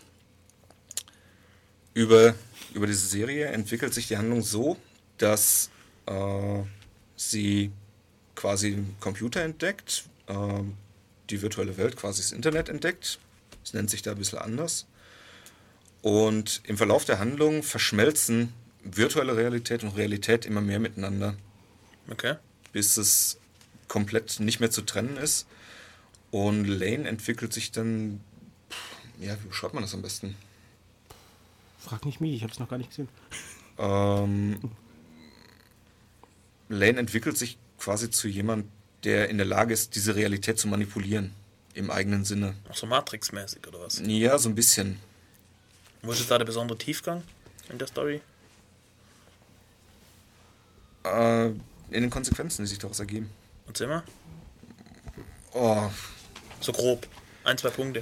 über diese Serie entwickelt sich die Handlung so, dass sie quasi einen Computer entdeckt, die virtuelle Welt, quasi das Internet entdeckt. Es nennt sich da ein bisschen anders. Und im Verlauf der Handlung verschmelzen virtuelle Realität und Realität immer mehr miteinander. Okay. Bis es komplett nicht mehr zu trennen ist. Und Lane entwickelt sich dann, ja, wie beschreibt man das am besten? Frag nicht mich, ich hab's noch gar nicht gesehen. Lane entwickelt sich quasi zu jemand, der in der Lage ist, diese Realität zu manipulieren. Im eigenen Sinne. Auch so Matrix-mäßig oder was? Ja, so ein bisschen. Wo ist jetzt da der besondere Tiefgang in der Story? In den Konsequenzen, die sich daraus ergeben. Erzähl mal. Oh, So grob. 1, 2 Punkte.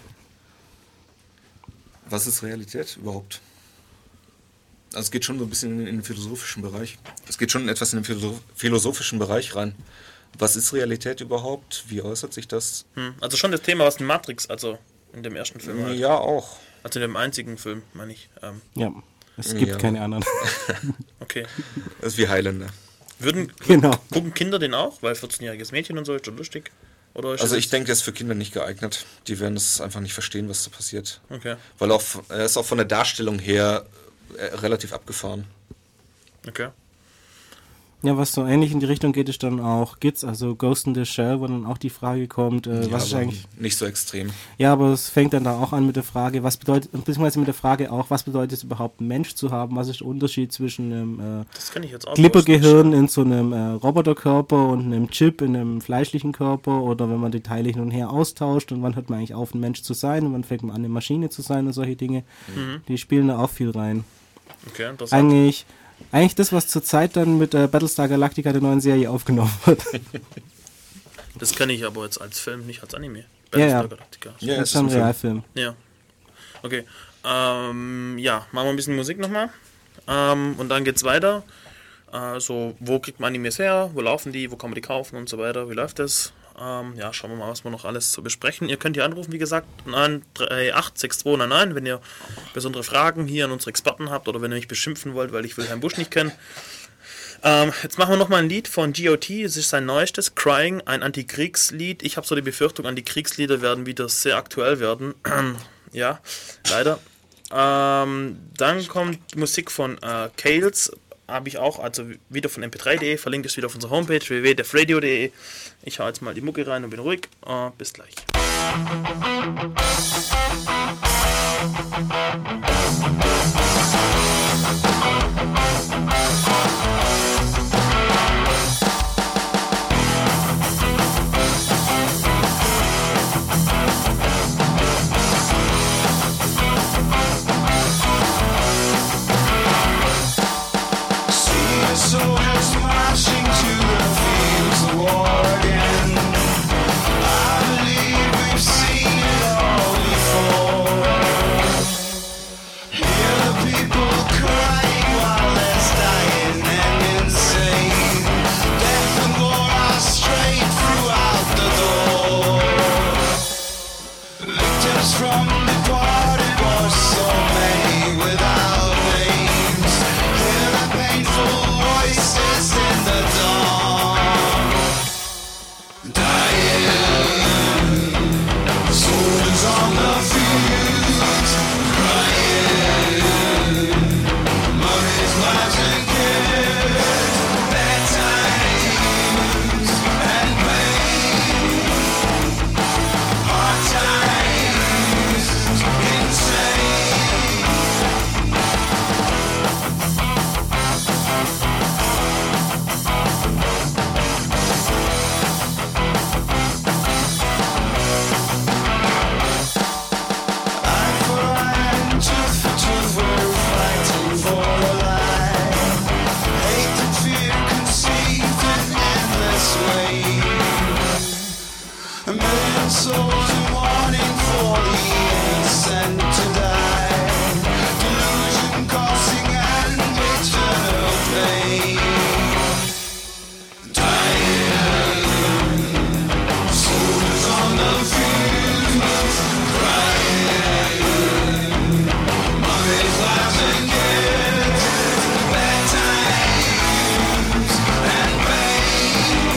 was ist Realität überhaupt? Also es geht schon so ein bisschen in den philosophischen Bereich. Es geht schon etwas in den philosophischen Bereich rein. Was ist Realität überhaupt? Wie äußert sich das? Also schon das Thema, was in Matrix, also in dem ersten Film halt. Ja, auch. Also in dem einzigen Film, meine ich. Ja, es gibt Ja. keine anderen. Okay. Das ist wie Highlander. Genau. Gucken Kinder den auch? Weil 14-jähriges Mädchen und so ist schon lustig. Oder ist Also das ich denke, der ist für Kinder nicht geeignet. Die werden es einfach nicht verstehen, was da passiert. Okay. Weil er ist auch von der Darstellung her relativ abgefahren. Okay. Ja, was so ähnlich in die Richtung geht, ist dann auch Gits, also Ghost in the Shell, wo dann auch die Frage kommt, was ist aber eigentlich... nicht so extrem. Ja, aber es fängt dann da auch an mit der Frage, was bedeutet, beziehungsweise mit der Frage auch, was bedeutet es überhaupt, einen Mensch zu haben? Was ist der Unterschied zwischen einem Das kann ich jetzt auch Glibbergehirn in so einem Roboterkörper und einem Chip in einem fleischlichen Körper, oder wenn man die Teile hin und her austauscht, und wann hört man eigentlich auf, ein Mensch zu sein und wann fängt man an, eine Maschine zu sein und solche Dinge. Die spielen da auch viel rein. Okay, interessant. Eigentlich das, was zurzeit dann mit Battlestar Galactica, der neuen Serie, aufgenommen wird. Das kann ich aber jetzt als Film, nicht als Anime. Ja. Galactica. Ja, Das ist schon ein Realfilm. Ja. Okay. Machen wir ein bisschen Musik nochmal. Und dann geht's weiter. So, wo kriegt man Animes her? Wo laufen die? Wo kann man die kaufen und so weiter? Wie läuft das? Schauen wir mal, was wir noch alles zu besprechen. Ihr könnt hier anrufen, wie gesagt, 9386299, wenn ihr besondere Fragen hier an unsere Experten habt oder wenn ihr mich beschimpfen wollt, weil ich Wilhelm Busch nicht kenne. Jetzt machen wir nochmal ein Lied von GOT, es ist sein neuestes, Crying, ein Antikriegslied. Ich habe so die Befürchtung, Antikriegslieder werden wieder sehr aktuell werden. Ja, leider. Dann kommt Musik von Kales, habe ich auch, also wieder von mp3.de, verlinkt ist wieder auf unserer Homepage www.defradio.de. Ich hau jetzt mal die Mucke rein und bin ruhig. Bis gleich. Soldiers marching to the fields of war again. I believe we've seen it all before. souls and wanting for the innocent to die. Delusion causing and eternal pain. Dying, soldiers on the field, crying. Mummies laughing kids, bad times and pain.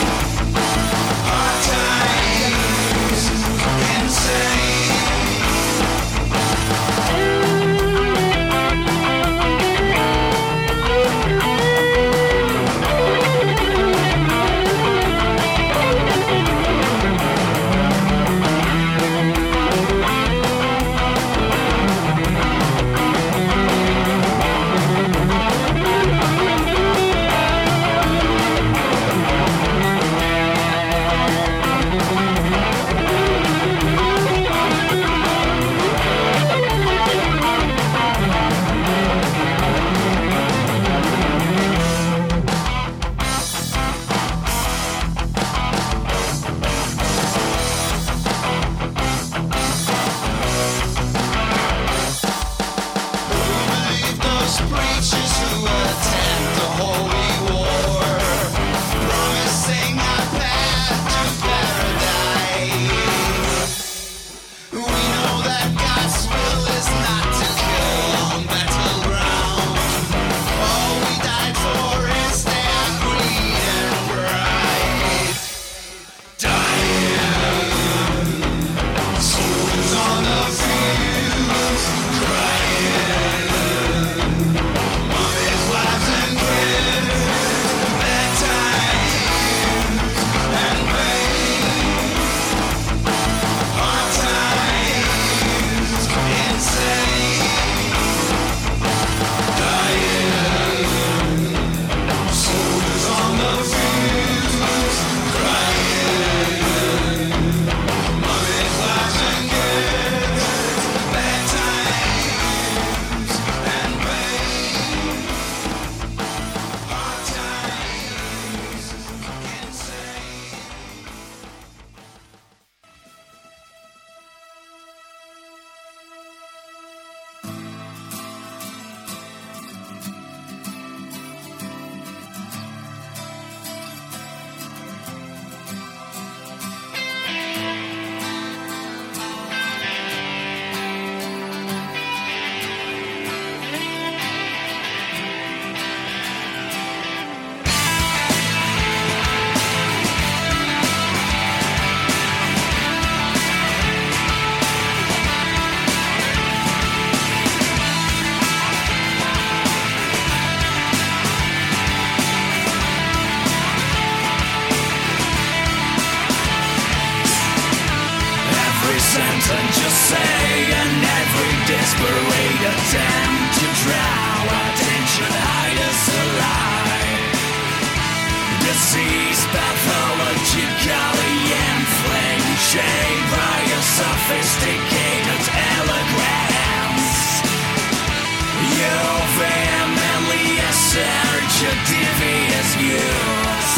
Hard times, insane. Believe those preachers who attend the holy war, promising a path to paradise. We know that God's will is not to kill on battleground. All we died for is their greed and pride. Dying, soldiers on the fields, crying. Mummies, wives, and kids, bad times and pain. Hard times, insane. Dying, soldiers on the fields, crying. Mummies, wives, and kids, bad times and pain. Hard times, insane. Every sentence you say and every desperate attempt to draw attention, hide us alive. Disease pathologically inflamed, shaped by a sophisticated eloquence. You vehemently assert your devious views,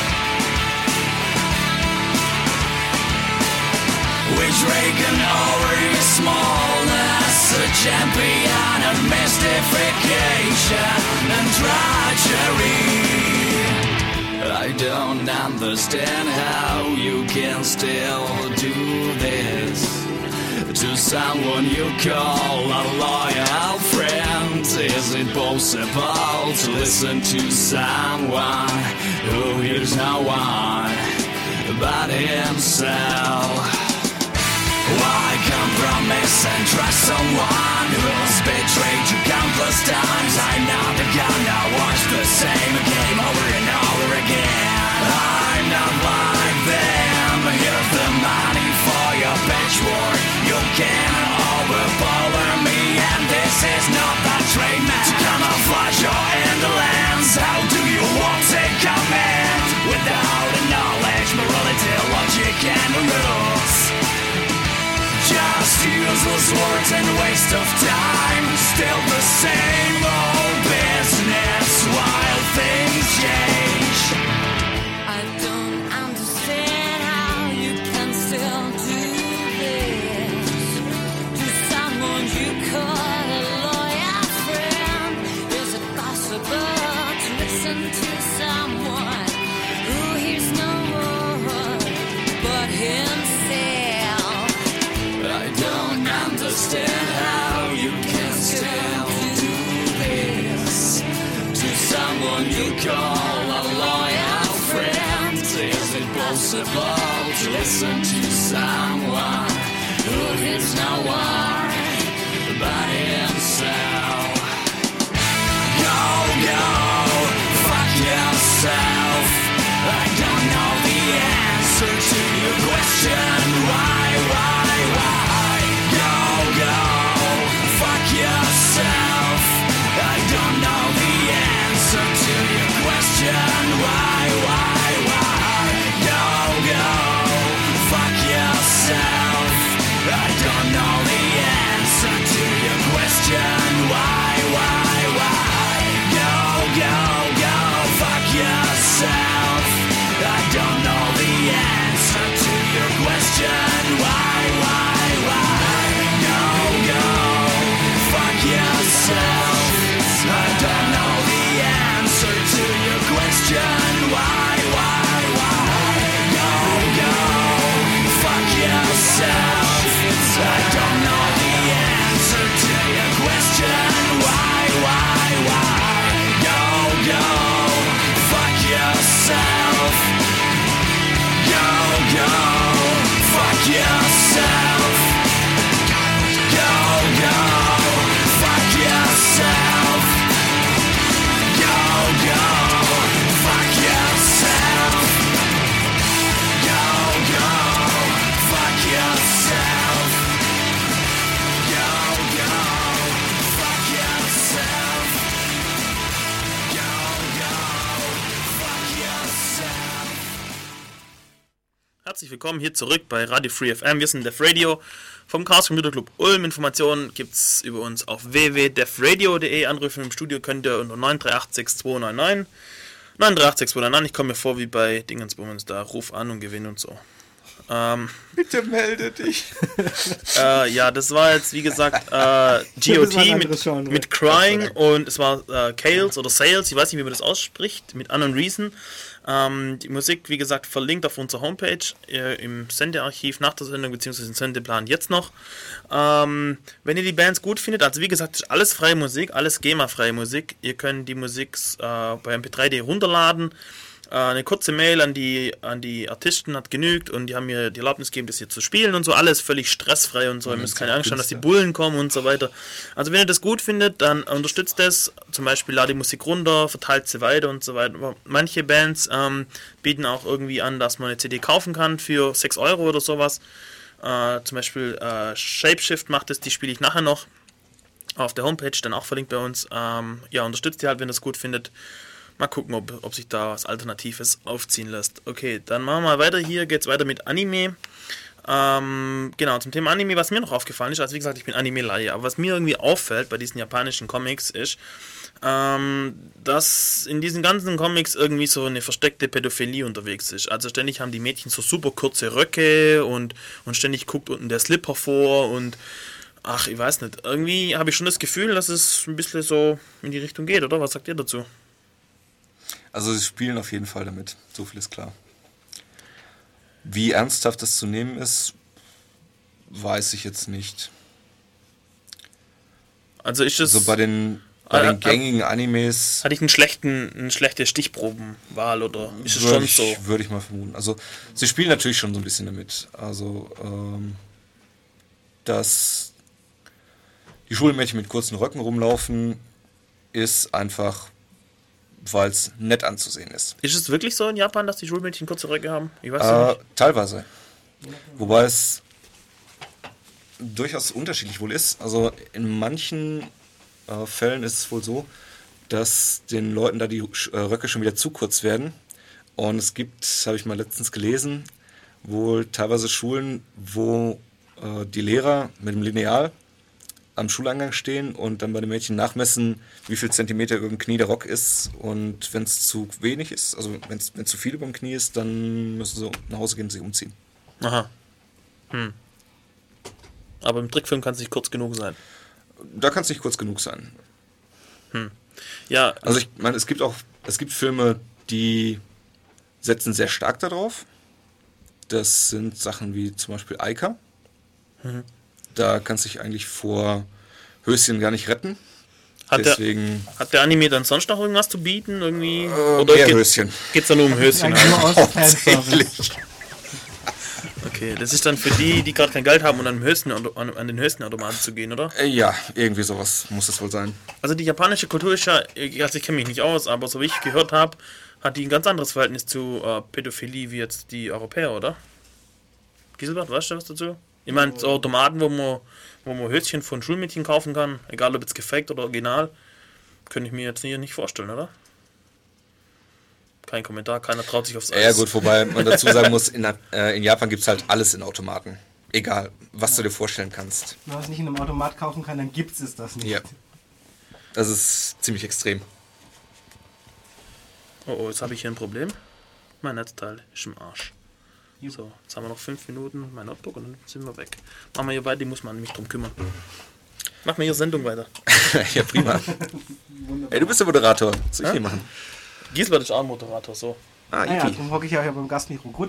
which Reagan over your smallness, a champion of mystification and drudgery. I don't understand how you can still do this to someone you call a loyal friend. Is it possible to listen to someone who hears no one but himself? Why compromise and trust someone who's betrayed you countless times? I'm not the gun that watch the same game over and over again. I'm not like them. Here's the money for your patchwork. You can overpower me, and this is not the treatment to camouflage your indolence. How do you want to command without a knowledge, morality, logic, and rules? Just useless words and waste of time. Still the same old business while things change. I don't understand how you can still someone you call a lawyer friend? Is it possible to listen to someone who hears no one but himself? I don't understand how you can still do this to someone you call a lawyer friend. Is it possible to listen to someone who hears no one but himself? Go, go, fuck yourself. I don't know the answer to your question. Why? Go, go, fuck yourself. I don't know the answer to your question. Why? Go, go, fuck yourself. I don't know the answer to your question. Why? Go, go, go, fuck yourself. I don't know the answer to your question. Why? Go, go, fuck yourself. I don't know the answer to your question. Why? Go, go, fuck yourself. I don't know the answer to your question. Why? Go, go, fuck yourself. Go, go, fuck yourself. Go, go, fuck yourself. Go, go, fuck yourself. Go, go, fuck yourself. Go, go, fuck yourself. Go, go, fuck yourself. Herzlich willkommen hier zurück bei Radio Free FM. Wir sind Def Radio vom Chaos Computer Club Ulm. Informationen gibt es über uns auf www.defradio.de. Anrufen im Studio könnt ihr unter 9386299. 9386299. Ich komme mir vor wie bei Dingensbummens da. Ruf an und gewinn und so. Bitte melde dich. Ja, das war jetzt wie gesagt GOT mit Crying und es war Kales oder Sales, ich weiß nicht, wie man das ausspricht, mit Unknown Reason. Die Musik, wie gesagt, verlinkt auf unserer Homepage im Sendearchiv nach der Sendung, beziehungsweise im Sendeplan jetzt noch. Wenn ihr die Bands gut findet, also wie gesagt, ist alles freie Musik, alles GEMA-freie Musik. Ihr könnt die Musik bei mp3.de runterladen. Eine kurze Mail an die Artisten hat genügt und die haben mir die Erlaubnis gegeben, das hier zu spielen und so, alles völlig stressfrei und so, ihr müsst keine Angst haben, dass die Bullen kommen und so weiter. Also wenn ihr das gut findet, dann unterstützt das, zum Beispiel ladet die Musik runter, verteilt sie weiter und so weiter. Aber manche Bands bieten auch irgendwie an, dass man eine CD kaufen kann für 6 Euro oder sowas. Zum Beispiel Shapeshift macht das, die spiele ich nachher noch auf der Homepage, dann auch verlinkt bei uns. Ja, unterstützt die halt, wenn ihr das gut findet. Mal gucken, ob sich da was Alternatives aufziehen lässt. Okay, dann machen wir mal weiter. Hier geht es weiter mit Anime. Genau, zum Thema Anime, was mir noch aufgefallen ist, also wie gesagt, ich bin Anime-Laie, aber was mir irgendwie auffällt bei diesen japanischen Comics ist, dass in diesen ganzen Comics irgendwie so eine versteckte Pädophilie unterwegs ist. Also ständig haben die Mädchen so super kurze Röcke und ständig guckt unten der Slip hervor und ach, ich weiß nicht. Irgendwie habe ich schon das Gefühl, dass es ein bisschen so in die Richtung geht, oder? Was sagt ihr dazu? Also sie spielen auf jeden Fall damit, so viel ist klar. Wie ernsthaft das zu nehmen ist, weiß ich jetzt nicht. Also ist es... So bei den gängigen Animes... Hatte ich eine schlechte Stichprobenwahl oder ist es schon so? Würde ich mal vermuten. Also sie spielen natürlich schon so ein bisschen damit. Also dass die Schulmädchen mit kurzen Röcken rumlaufen, ist einfach... weil es nett anzusehen ist. Ist es wirklich so in Japan, dass die Schulmädchen kurze Röcke haben? Ich weiß nicht. Teilweise. Wobei es durchaus unterschiedlich wohl ist. Also in manchen Fällen ist es wohl so, dass den Leuten da die Röcke schon wieder zu kurz werden. Und es gibt, habe ich mal letztens gelesen, wohl teilweise Schulen, wo die Lehrer mit dem Lineal am Schuleingang stehen und dann bei den Mädchen nachmessen, wie viel Zentimeter über dem Knie der Rock ist, und wenn es zu wenig ist, also wenn es zu viel über dem Knie ist, dann müssen sie nach Hause gehen und sich umziehen. Aha. Aber im Trickfilm kann es nicht kurz genug sein. Da kann es nicht kurz genug sein. Ja, Also ich meine, es gibt Filme, die setzen sehr stark darauf. Das sind Sachen wie zum Beispiel Eika. Da kannst du dich eigentlich vor Höschen gar nicht retten. hat der Anime dann sonst noch irgendwas zu bieten? Irgendwie? Oder Mehr Höschen. Geht's da nur um Höschen? Eigentlich nur aus Fanservice. Okay, das ist dann für die gerade kein Geld haben, um an den Höschenautomaten zu gehen, oder? Ja, irgendwie sowas muss es wohl sein. Also die japanische Kultur ist ja, also ich kenne mich nicht aus, aber so wie ich gehört habe, hat die ein ganz anderes Verhältnis zu Pädophilie wie jetzt die Europäer, oder? Giselbert, weißt du was dazu? Ich meine, so Automaten, wo man Höschen von Schulmädchen kaufen kann, egal ob jetzt gefaked oder original, könnte ich mir jetzt nicht vorstellen, oder? Kein Kommentar, keiner traut sich aufs Eis. Ja gut, wobei man dazu sagen muss, in Japan gibt es halt alles in Automaten. Egal, was du dir vorstellen kannst. Wenn man es nicht in einem Automat kaufen kann, dann gibt es das nicht. Ja. Das ist ziemlich extrem. Oh, jetzt habe ich hier ein Problem. Mein Netzteil ist im Arsch. So, jetzt haben wir noch 5 Minuten, mein Notebook, und dann sind wir weg. Machen wir hier weiter, die muss man mich drum kümmern. Mach mir hier Sendung weiter. Ja, prima. Ey, du bist der Moderator. Was soll ich hier machen? Giselbert ist auch ein Moderator, so. Ja, darum hocke ich ja hier beim Gastmikro. Gut.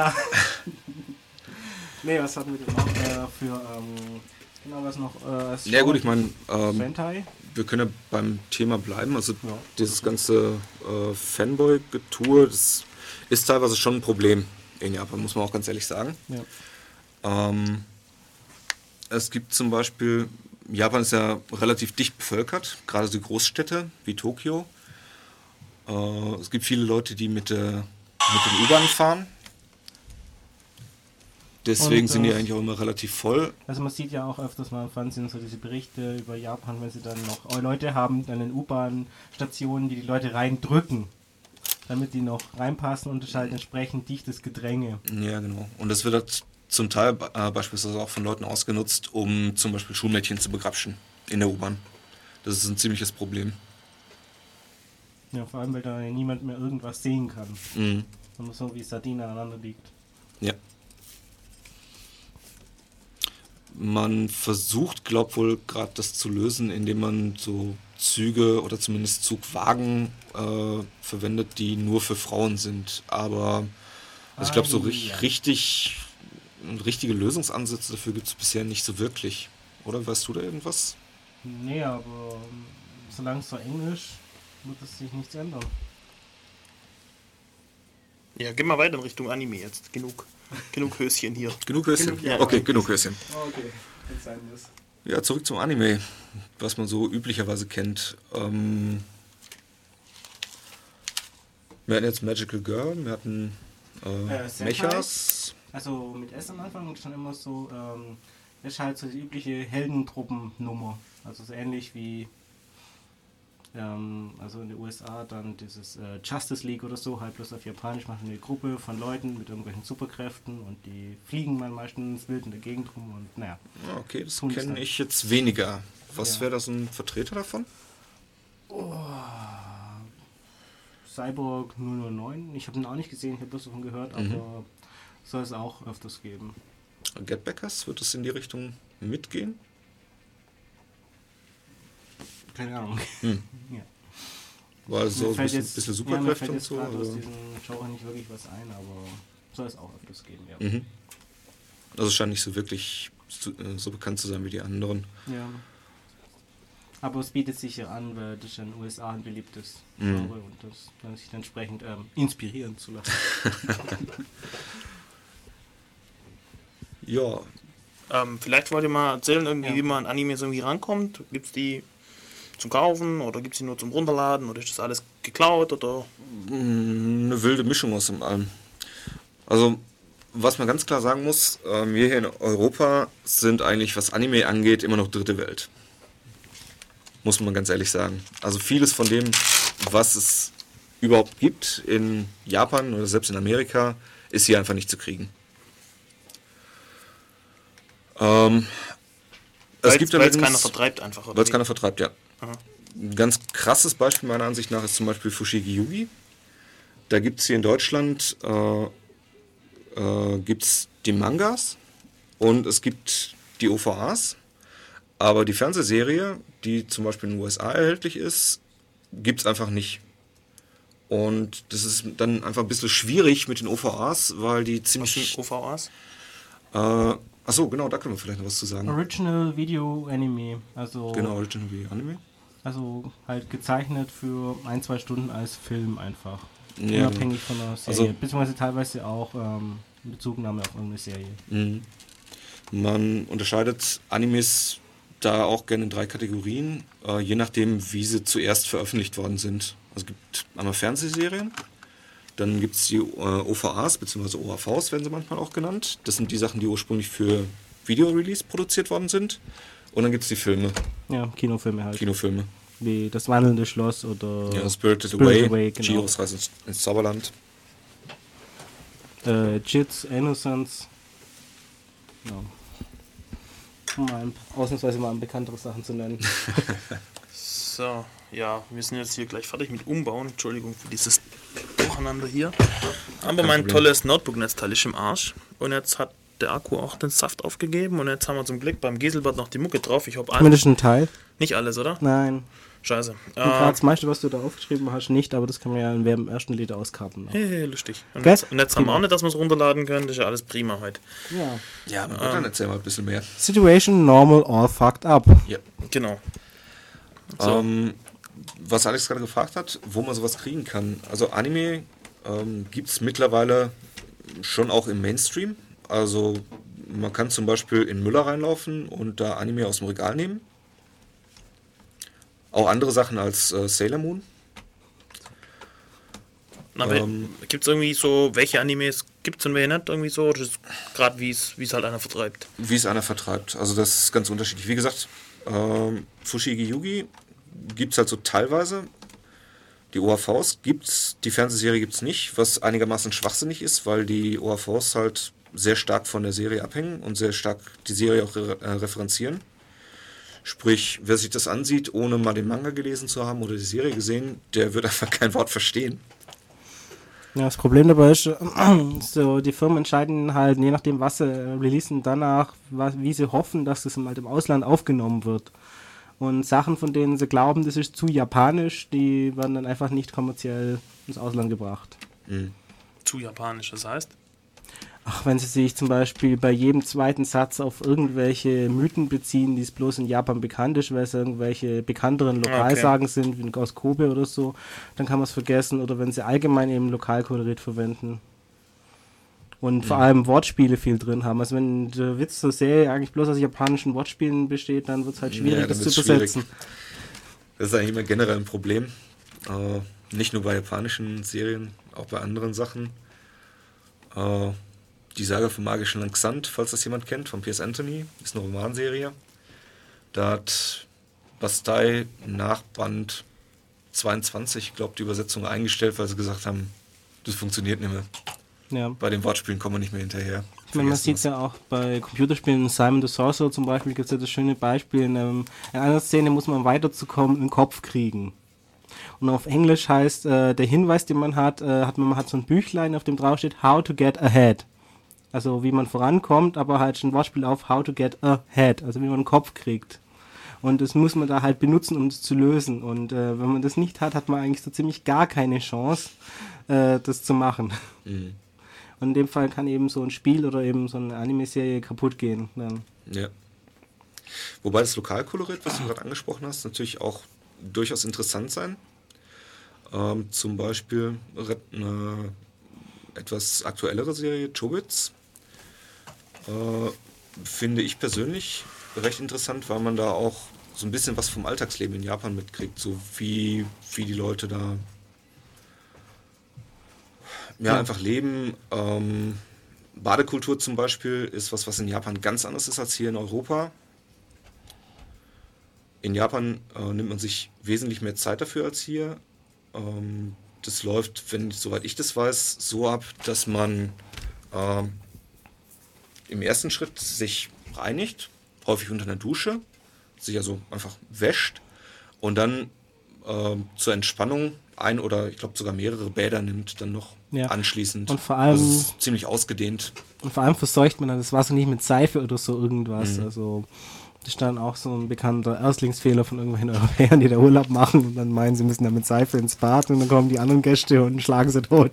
Nee, was hatten wir denn noch genau, was noch? Ja gut, ich meine, Sentai? wir können ja beim Thema bleiben. Also dieses ganze Fanboy-Getue, das ist teilweise schon ein Problem in Japan, muss man auch ganz ehrlich sagen. Ja. Es gibt zum Beispiel, Japan ist ja relativ dicht bevölkert, gerade die Großstädte wie Tokio. Es gibt viele Leute, die mit den U-Bahn fahren. Deswegen sind die eigentlich auch immer relativ voll. Also man sieht ja auch öfters mal im Fernsehen so diese Berichte über Japan, wenn sie dann noch Leute haben an den U-Bahn-Stationen, die Leute reindrücken, damit die noch reinpassen, und es halt entsprechend dichtes Gedränge. Ja, genau. Und das wird halt zum Teil beispielsweise auch von Leuten ausgenutzt, um zum Beispiel Schulmädchen zu begrapschen in der U-Bahn. Das ist ein ziemliches Problem. Ja, vor allem, weil da niemand mehr irgendwas sehen kann. Mhm. Und so wie Sardine aneinander liegt. Ja. Man versucht, glaub wohl, gerade das zu lösen, indem man so Züge oder zumindest Zugwagen verwendet, die nur für Frauen sind. Aber also ich glaube, so richtige Lösungsansätze dafür gibt es bisher nicht so wirklich. Oder weißt du da irgendwas? Nee, aber solange es so Englisch, wird es sich nichts ändern. Ja, geh mal weiter in Richtung Anime jetzt. Genug Höschen hier. Genug Höschen? Ja. Okay, genug Höschen. Okay, jetzt sein muss. Ja, zurück zum Anime, was man so üblicherweise kennt. Wir hatten jetzt Magical Girl, wir hatten Mechas. Also mit S am Anfang ist schon immer so, ist halt so die übliche Heldengruppennummer. Also so ähnlich wie also in den USA dann dieses Justice League oder so, halt bloß auf Japanisch, machen eine Gruppe von Leuten mit irgendwelchen Superkräften, und die fliegen dann meistens wild in der Gegend rum und naja. Okay, das kenne ich jetzt weniger. Was wäre da so ein Vertreter davon? Cyborg 009, ich habe ihn auch nicht gesehen, ich habe bloß davon gehört, aber soll es auch öfters geben. Getbackers, wird es in die Richtung mitgehen? Keine Ahnung. Ja. Weil so ein bisschen Superkräfte und so. Mir fällt aus diesem Genre nicht wirklich was ein, aber soll es auch öfters geben, ja. Also es scheint nicht so wirklich so bekannt zu sein wie die anderen. Ja. Aber es bietet sich ja an, weil das in den USA ein beliebtes Genre und das dann sich entsprechend inspirieren zu lassen. Ja. Vielleicht wollt ihr mal erzählen, irgendwie, wie man an Animes irgendwie rankommt. Gibt es die zum Kaufen oder gibt es die nur zum Runterladen oder ist das alles geklaut oder? Eine wilde Mischung aus dem allem. Also, was man ganz klar sagen muss, wir hier in Europa sind eigentlich, was Anime angeht, immer noch dritte Welt. Muss man ganz ehrlich sagen. Also vieles von dem, was es überhaupt gibt in Japan oder selbst in Amerika, ist hier einfach nicht zu kriegen. Weil es keiner vertreibt einfach. Weil es keiner vertreibt, ja. Aha. Ein ganz krasses Beispiel meiner Ansicht nach ist zum Beispiel Fushigi Yugi. Da gibt es hier in Deutschland gibt's die Mangas und es gibt die OVAs, aber die Fernsehserie, die zum Beispiel in den USA erhältlich ist, gibt es einfach nicht. Und das ist dann einfach ein bisschen schwierig mit den OVAs, weil die ziemlich... OVAs? Achso, genau, da können wir vielleicht noch was zu sagen. Original Video Anime. Also, Genau, Original Video Anime. also halt gezeichnet für 1-2 Stunden als Film einfach. Ja, Unabhängig von der Serie. Also- Beziehungsweise teilweise auch Bezugnahme auf irgendeine Serie. Man unterscheidet Animes da auch gerne in 3 Kategorien, je nachdem, wie sie zuerst veröffentlicht worden sind. Also es gibt einmal Fernsehserien, dann gibt es die OVAs bzw. OAVs, werden sie manchmal auch genannt. Das sind die Sachen, die ursprünglich für Video-Release produziert worden sind. Und dann gibt es die Filme, Ja, Kinofilme halt. Kinofilme. Wie Das wandelnde Schloss oder Ja, Spirited Spirited Away, genau. Chihiros Reise ins Zauberland. Jits, Innocence. Ja. Ausnahmsweise mal bekanntere Sachen zu nennen. So, ja, wir sind jetzt hier gleich fertig mit Umbauen. Entschuldigung für dieses Durcheinander hier. Aber mein Problem. tolles Notebook-Netzteil ist im Arsch. Und jetzt hat der Akku auch den Saft aufgegeben. Und jetzt haben wir zum Glück beim Giselbert noch die Mucke drauf. Ich hoffe, Zumindest ein Teil. nicht alles, oder? Nein. Scheiße. Und gerade das meiste, was du da aufgeschrieben hast, nicht, aber das kann man ja im ersten Lied auskarten. Noch. Lustig. Und Gell? jetzt haben wir auch nicht, dass wir es runterladen können. Das ist ja alles prima heute. Ja. Ja, man dann erzähl mal ein bisschen mehr. Situation normal, all fucked up. Ja. Genau. Was Alex gerade gefragt hat, wo man sowas kriegen kann. Also Anime gibt es mittlerweile schon auch im Mainstream. Also man kann zum Beispiel in Müller reinlaufen und da Anime aus dem Regal nehmen. Auch andere Sachen als Sailor Moon. Gibt es irgendwie so, welche Animes gibt es und welche nicht? Irgendwie so? Gerade wie es halt einer vertreibt. Wie es einer vertreibt. Also das ist ganz unterschiedlich. Wie gesagt, Fushigi Yugi gibt es halt so teilweise. Die OAVs gibt's, die Fernsehserie gibt es nicht, was einigermaßen schwachsinnig ist, weil die OAVs halt sehr stark von der Serie abhängen und sehr stark die Serie auch referenzieren. Sprich, wer sich das ansieht, ohne mal den Manga gelesen zu haben oder die Serie gesehen, der wird einfach kein Wort verstehen. Ja, das Problem dabei ist, so, die Firmen entscheiden halt, je nachdem, was sie releasen, danach, wie sie hoffen, dass das halt im Ausland aufgenommen wird. Und Sachen, von denen sie glauben, das ist zu japanisch, die werden dann einfach nicht kommerziell ins Ausland gebracht. Zu japanisch, das heißt? Ach, wenn sie sich zum Beispiel bei jedem zweiten Satz auf irgendwelche Mythen beziehen, die es bloß in Japan bekannt ist, weil es irgendwelche bekannteren Lokalsagen sind, wie aus Kobe oder so, dann kann man es vergessen. Oder wenn sie allgemein eben Lokalkolorit verwenden. Und vor allem Wortspiele viel drin haben. Also wenn der Witz zur Serie eigentlich bloß aus japanischen Wortspielen besteht, dann wird es halt schwierig, Ja, das dann zu wird's übersetzen. Das ist eigentlich immer generell ein Problem. Nicht nur bei japanischen Serien, auch bei anderen Sachen. Die Saga vom magischen Lanxant, falls das jemand kennt, von Piers Anthony, ist eine Romanserie. Da hat Bastei nach Band 22, glaube ich, die Übersetzung eingestellt, weil sie gesagt haben, das funktioniert nicht mehr. Ja. Bei den Wortspielen kommen wir nicht mehr hinterher. Ich meine, man sieht es ja auch bei Computerspielen, Simon the Sorcerer zum Beispiel, gibt es ja das schöne Beispiel, in einer Szene muss man weiterzukommen einen Kopf kriegen. Und auf Englisch heißt, der Hinweis, den man hat, man hat so ein Büchlein, auf dem drauf steht, How to get ahead. Also wie man vorankommt, aber halt schon ein Wortspiel auf How to get ahead, also wie man einen Kopf kriegt. Und das muss man da halt benutzen, um es zu lösen. Und wenn man das nicht hat, hat man eigentlich so ziemlich gar keine Chance, das zu machen. Mhm. Und in dem Fall kann eben so ein Spiel oder eben so eine Anime-Serie kaputt gehen. Dann. Ja. Wobei das Lokalkolorit, was du gerade angesprochen hast, natürlich auch durchaus interessant sein. Zum Beispiel eine etwas aktuellere Serie, Chobits, finde ich persönlich recht interessant, weil man da auch so ein bisschen was vom Alltagsleben in Japan mitkriegt, so wie die Leute da einfach leben. Badekultur zum Beispiel ist was in Japan ganz anders ist als hier in Europa. In Japan nimmt man sich wesentlich mehr Zeit dafür als hier. Das läuft, soweit ich das weiß, so ab, dass man im ersten Schritt sich reinigt, häufig unter einer Dusche, sich also einfach wäscht und dann zur Entspannung ein oder ich glaube sogar mehrere Bäder nimmt, dann noch Ja. anschließend. Und vor allem- Also es ist ziemlich ausgedehnt. Und vor allem verseucht man dann das Wasser nicht mit Seife oder so irgendwas. Also das ist dann auch so ein bekannter Erstlingsfehler von irgendwelchen Europäern, die da Urlaub machen und dann meinen, sie müssen da mit Seife ins Bad und dann kommen die anderen Gäste und schlagen sie tot.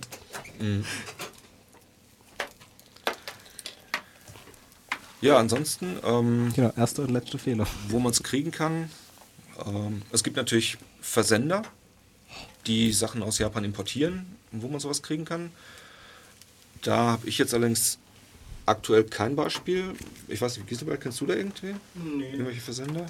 Ja, ansonsten, Genau, erster und letzter Fehler. wo man es kriegen kann, es gibt natürlich Versender, die Sachen aus Japan importieren, wo man sowas kriegen kann. Da habe ich jetzt allerdings aktuell kein Beispiel. Ich weiß nicht, Giselbert, kennst du da irgendwie? Nee. Irgendwelche Versender?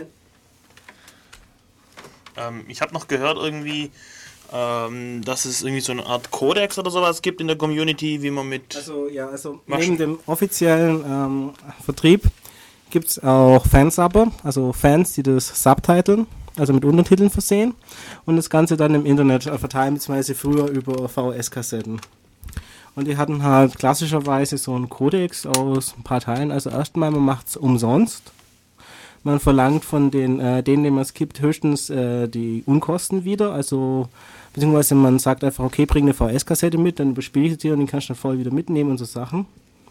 Ich habe noch gehört irgendwie, dass es irgendwie so eine Art Kodex oder sowas gibt in der Community, wie man mit... Also neben dem offiziellen Vertrieb gibt es auch Fansubber, also Fans, die das subtiteln, also mit Untertiteln versehen und das Ganze dann im Internet verteilen, beziehungsweise früher über VHS-Kassetten. Und die hatten halt klassischerweise so einen Kodex aus ein paar Teilen. Also erstmal, man macht es umsonst. Man verlangt von denen man es gibt, höchstens die Unkosten wieder. Also, beziehungsweise man sagt einfach, okay, bring eine VHS-Kassette mit, dann überspiele ich sie dir und den kannst du dann voll wieder mitnehmen und so Sachen.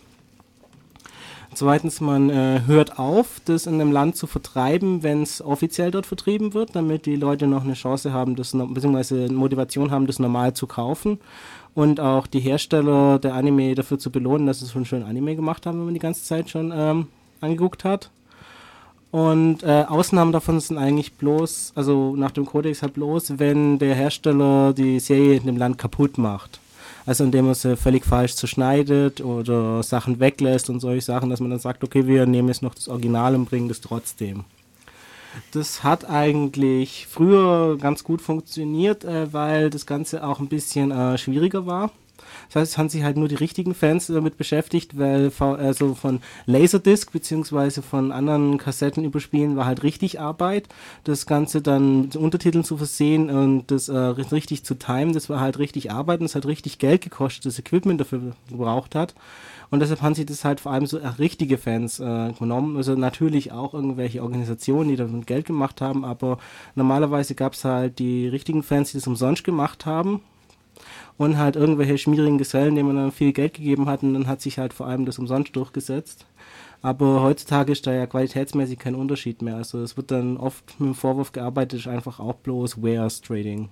Zweitens, man hört auf, das in einem Land zu vertreiben, wenn es offiziell dort vertrieben wird, damit die Leute noch eine Chance haben, beziehungsweise eine Motivation haben, das normal zu kaufen. Und auch die Hersteller der Anime dafür zu belohnen, dass sie schon schön Anime gemacht haben, wenn man die ganze Zeit schon angeguckt hat. Und Ausnahmen davon sind eigentlich bloß, also nach dem Kodex halt bloß, wenn der Hersteller die Serie in dem Land kaputt macht. Also indem er sie völlig falsch zerschneidet oder Sachen weglässt und solche Sachen, dass man dann sagt, okay, wir nehmen jetzt noch das Original und bringen das trotzdem. Das hat eigentlich früher ganz gut funktioniert, weil das Ganze auch ein bisschen schwieriger war. Das heißt, es haben sich halt nur die richtigen Fans damit beschäftigt, weil also von Laserdisc bzw. von anderen Kassetten überspielen war halt richtig Arbeit. Das Ganze dann mit Untertiteln zu versehen und das richtig zu timen, das war halt richtig Arbeit und es hat richtig Geld gekostet, das Equipment dafür gebraucht hat. Und deshalb haben sie das halt vor allem so richtige Fans genommen. Also natürlich auch irgendwelche Organisationen, die damit Geld gemacht haben, aber normalerweise gab es halt die richtigen Fans, die das umsonst gemacht haben. Und halt irgendwelche schmierigen Gesellen, denen man dann viel Geld gegeben hat und dann hat sich halt vor allem das umsonst durchgesetzt. Aber heutzutage ist da ja qualitätsmäßig kein Unterschied mehr. Also es wird dann oft mit dem Vorwurf gearbeitet, ist einfach auch bloß Wares Trading.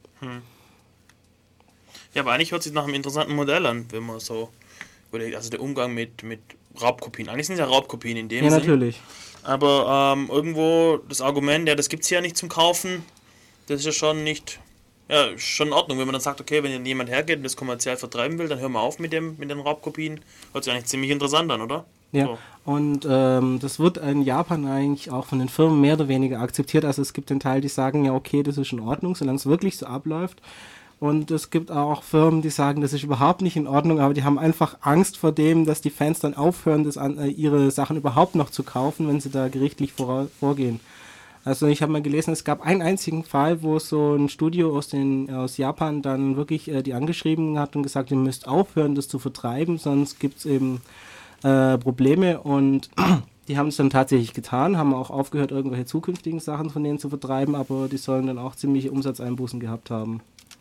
Ja, aber eigentlich hört sich nach einem interessanten Modell an, wenn man so überlegt, also der Umgang mit Raubkopien. Eigentlich sind es ja Raubkopien in dem Ja, Sinn. natürlich. Aber irgendwo das Argument, ja, das gibt es ja nicht zum Kaufen, das ist ja schon nicht... Ja, schon in Ordnung, wenn man dann sagt, okay, wenn jemand hergeht und das kommerziell vertreiben will, dann hören wir auf mit den Raubkopien. Hört sich eigentlich ziemlich interessant an, oder? Ja, So. und das wird in Japan eigentlich auch von den Firmen mehr oder weniger akzeptiert. Also es gibt den Teil, die sagen, ja okay, das ist in Ordnung, solange es wirklich so abläuft. Und es gibt auch Firmen, die sagen, das ist überhaupt nicht in Ordnung, aber die haben einfach Angst vor dem, dass die Fans dann aufhören, ihre Sachen überhaupt noch zu kaufen, wenn sie da gerichtlich vorgehen. Also ich habe mal gelesen, es gab einen einzigen Fall, wo so ein Studio aus Japan dann wirklich die angeschrieben hat und gesagt, ihr müsst aufhören, das zu vertreiben, sonst gibt es eben Probleme. Und die haben es dann tatsächlich getan, haben auch aufgehört, irgendwelche zukünftigen Sachen von denen zu vertreiben, aber die sollen dann auch ziemliche Umsatzeinbußen gehabt haben.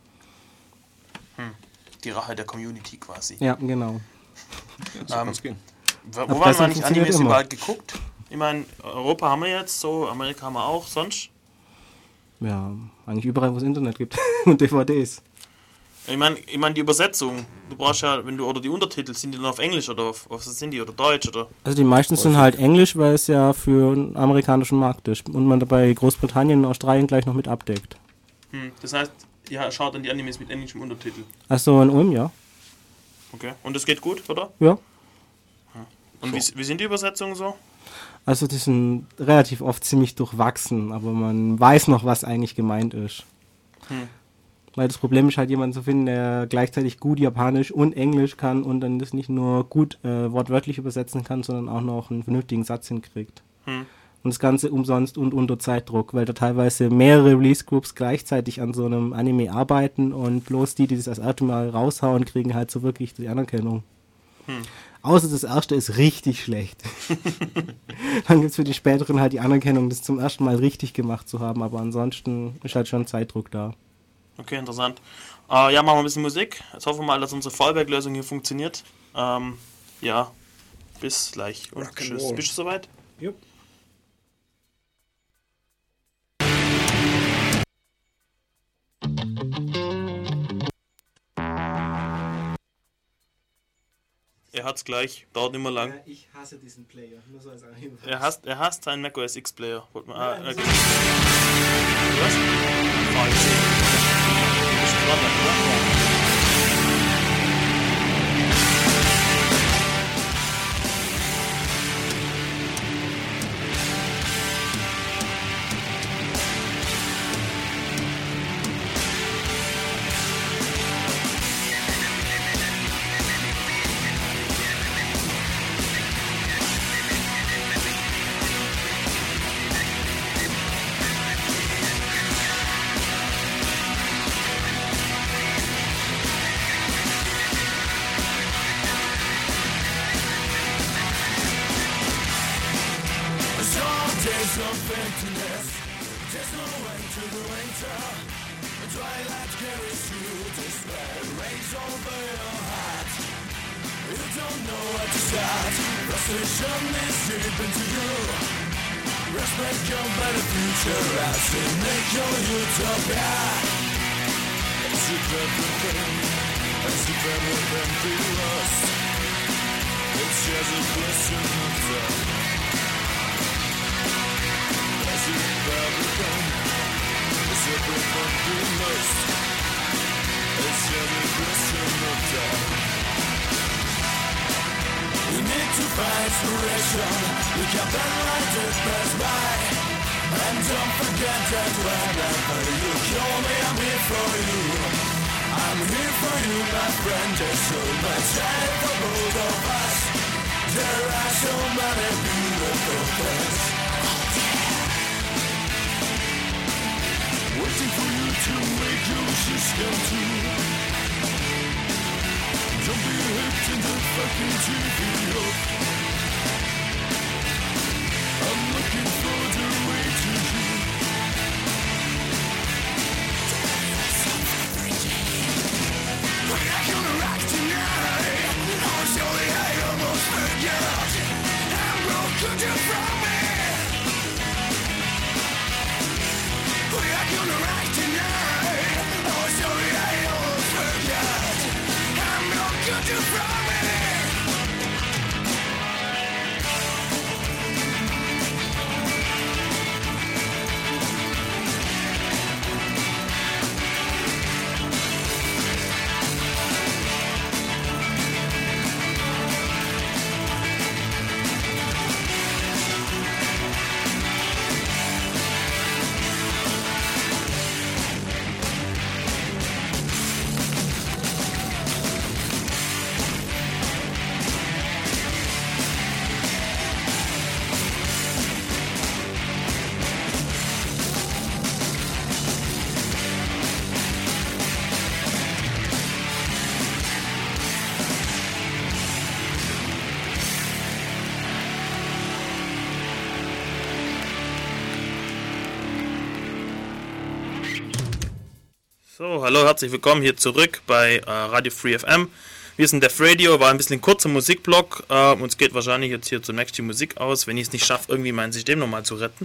Die Rache der Community quasi. Ja, genau. So kann's gehen. Wo Aber waren das wir eigentlich funktioniert Animes immer. überall geguckt? Ich meine, Europa haben wir jetzt, so Amerika haben wir auch, sonst? Ja, eigentlich überall, wo es Internet gibt und DVDs. Ich meine die Übersetzung, du brauchst ja, oder die Untertitel, sind die dann auf Englisch oder auf was sind die, oder Deutsch, oder? Also die meisten sind halt Englisch, weil es ja für den amerikanischen Markt ist und man dabei Großbritannien und Australien gleich noch mit abdeckt. Das heißt, ihr schaut dann die Animes mit englischem Untertitel. Also in Ulm, ja. Okay, und das geht gut, oder? Ja. Und wie sind die Übersetzungen so? Also die sind relativ oft ziemlich durchwachsen, aber man weiß noch, was eigentlich gemeint ist. Weil das Problem ist halt, jemanden zu finden, der gleichzeitig gut Japanisch und Englisch kann und dann das nicht nur gut wortwörtlich übersetzen kann, sondern auch noch einen vernünftigen Satz hinkriegt. Und das Ganze umsonst und unter Zeitdruck, weil da teilweise mehrere Release-Groups gleichzeitig an so einem Anime arbeiten und bloß die das erste Mal raushauen, kriegen halt so wirklich die Anerkennung. Außer das erste ist richtig schlecht. Dann gibt es für die späteren halt die Anerkennung, das zum ersten Mal richtig gemacht zu haben, aber ansonsten ist halt schon Zeitdruck da. Okay, interessant. Ja, machen wir ein bisschen Musik. Jetzt hoffen wir mal, dass unsere Fallback-Lösung hier funktioniert. Ja, bis gleich und tschüss. Bist du soweit? Jupp. Er hat's gleich, dauert nicht mehr lang. Ich hasse diesen Player. Nur so als Hinweis. Er hasst seinen macOS X Player. Okay. Nein, Was? Oh, ich sehe. Bist du dran, oder? So, hallo, herzlich willkommen hier zurück bei Radio Free FM. Wir sind Def Radio, war ein bisschen ein kurzer Musikblock. Uns geht wahrscheinlich jetzt hier zunächst die Musik aus, wenn ich es nicht schaffe, irgendwie mein System nochmal zu retten.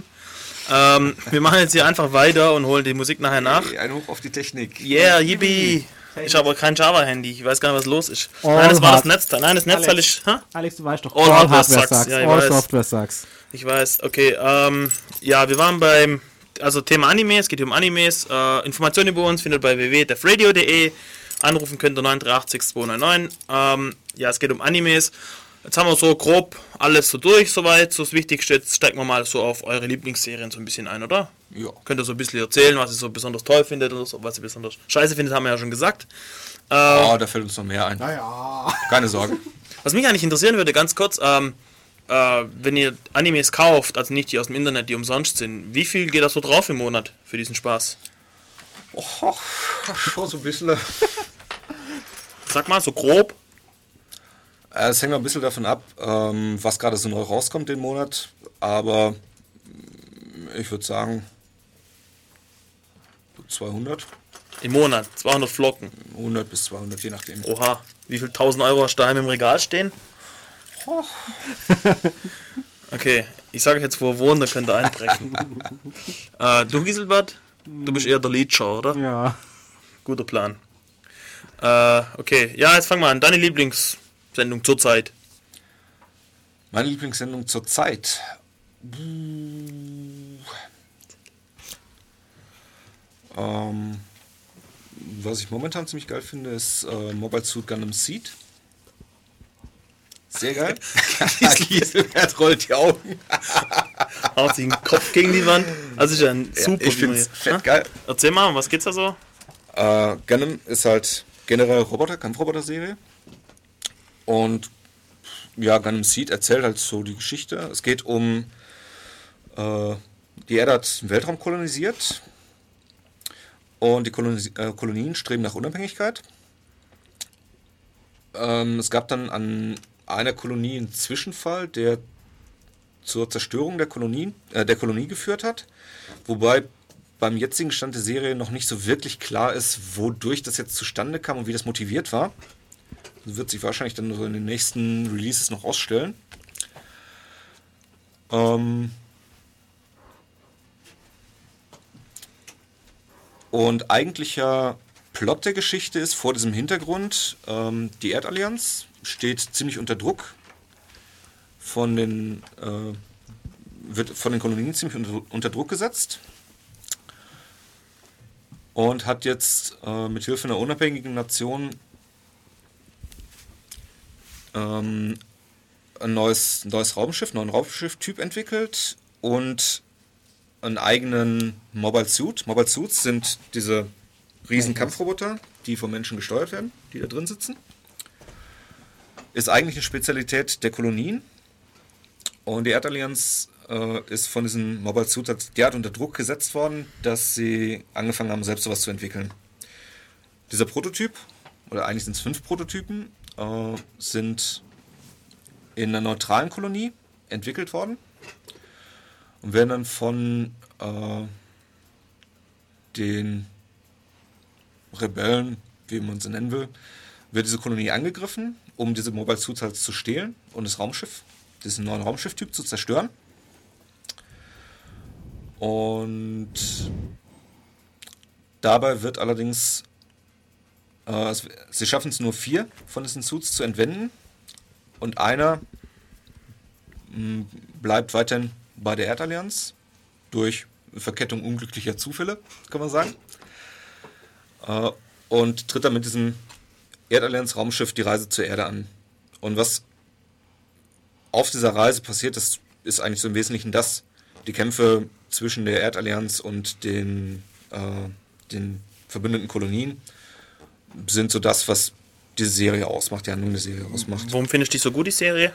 Wir machen jetzt hier einfach weiter und holen die Musik nachher nach. Hey, ein Hoch auf die Technik. Yeah, yippie! Ich habe aber kein Java-Handy, ich weiß gar nicht, was los ist. All Nein, das war das hard. Netzteil. Nein, das Netzteil Alex. ist... Ha? Alex, du weißt doch, All Hardware sucks. sucks, Ja, ich all weiß. Software sucks. Ich weiß, okay. Ja, wir waren beim... Also Thema Anime, es geht hier um Animes. Informationen über uns findet ihr bei www.defradio.de. Anrufen könnt ihr 938 299. Ja, es geht um Animes. Jetzt haben wir so grob alles so durch, soweit. So das Wichtigste, jetzt steigen wir mal so auf eure Lieblingsserien so ein bisschen ein, oder? Ja. Könnt ihr so ein bisschen erzählen, was ihr so besonders toll findet oder so, was ihr besonders scheiße findet, haben wir ja schon gesagt. Da fällt uns noch mehr ein. Naja. Keine Sorge. Was mich eigentlich interessieren würde, ganz kurz, wenn ihr Animes kauft, also nicht die aus dem Internet, die umsonst sind, wie viel geht das so drauf im Monat für diesen Spaß? Oh, schon so ein bisschen. Sag mal, so grob. Es hängt noch ein bisschen davon ab, was gerade so neu rauskommt den Monat. Aber ich würde sagen 200. Im Monat, 200 Flocken. 100 bis 200, je nachdem. Oha, wie viel 1000 Euro hast du daheim im Regal stehen? Okay, ich sage jetzt, wo er wohnt, dann könnt ihr einbrechen. Du, Giselbert, du bist eher der Leadshow, oder? Ja. Guter Plan. Okay, ja, jetzt fangen wir an. Deine Lieblingssendung zurzeit? Meine Lieblingssendung zur Zeit. Was ich momentan ziemlich geil finde, ist Mobile Suit Gundam Seed. Sehr geil. Giselbert rollt die Augen. Haut sich den Kopf gegen die Wand. Also ist ja ein super. Ich finde es fett geil. Erzähl mal, was geht's da so? Gundam ist halt generell Kampfroboter-Serie. Und ja, Gundam Seed erzählt halt so die Geschichte. Es geht um die Erde hat den Weltraum kolonisiert und die Kolonien streben nach Unabhängigkeit. Es gab dann an einer Kolonie einen Zwischenfall, der zur Zerstörung der Kolonie geführt hat, wobei beim jetzigen Stand der Serie noch nicht so wirklich klar ist, wodurch das jetzt zustande kam und wie das motiviert war. Das wird sich wahrscheinlich dann so in den nächsten Releases noch ausstellen. Und eigentlicher Plot der Geschichte ist vor diesem Hintergrund, die Erdallianz steht ziemlich unter Druck wird von den Kolonien ziemlich unter Druck gesetzt und hat jetzt mit Hilfe einer unabhängigen Nation einen neuen Raumschiff-Typ entwickelt und einen eigenen Mobile Suit. Mobile Suits sind diese riesen Kampfroboter, die von Menschen gesteuert werden, die da drin sitzen. Ist eigentlich eine Spezialität der Kolonien. Und die Erdallianz ist von diesen Mobile Suits derart unter Druck gesetzt worden, dass sie angefangen haben, selbst sowas zu entwickeln. Dieser Prototyp, oder eigentlich sind es 5 Prototypen, sind in einer neutralen Kolonie entwickelt worden und werden dann von den Rebellen, wie man sie nennen will, wird diese Kolonie angegriffen, um diese Mobile Suits halt zu stehlen und das Raumschiff, diesen neuen Raumschifftyp zu zerstören. Und dabei wird allerdings, sie schaffen es nur 4 von diesen Suits zu entwenden und einer bleibt weiterhin bei der Erdallianz durch Verkettung unglücklicher Zufälle, kann man sagen. Und tritt dann mit diesem Erdallianz-Raumschiff die Reise zur Erde an. Und was auf dieser Reise passiert, das ist eigentlich so im Wesentlichen das, die Kämpfe zwischen der Erdallianz und den verbündeten Kolonien sind so das, was diese Serie ausmacht, die Handlung der Serie ausmacht. Warum findest du die so gut, die Serie?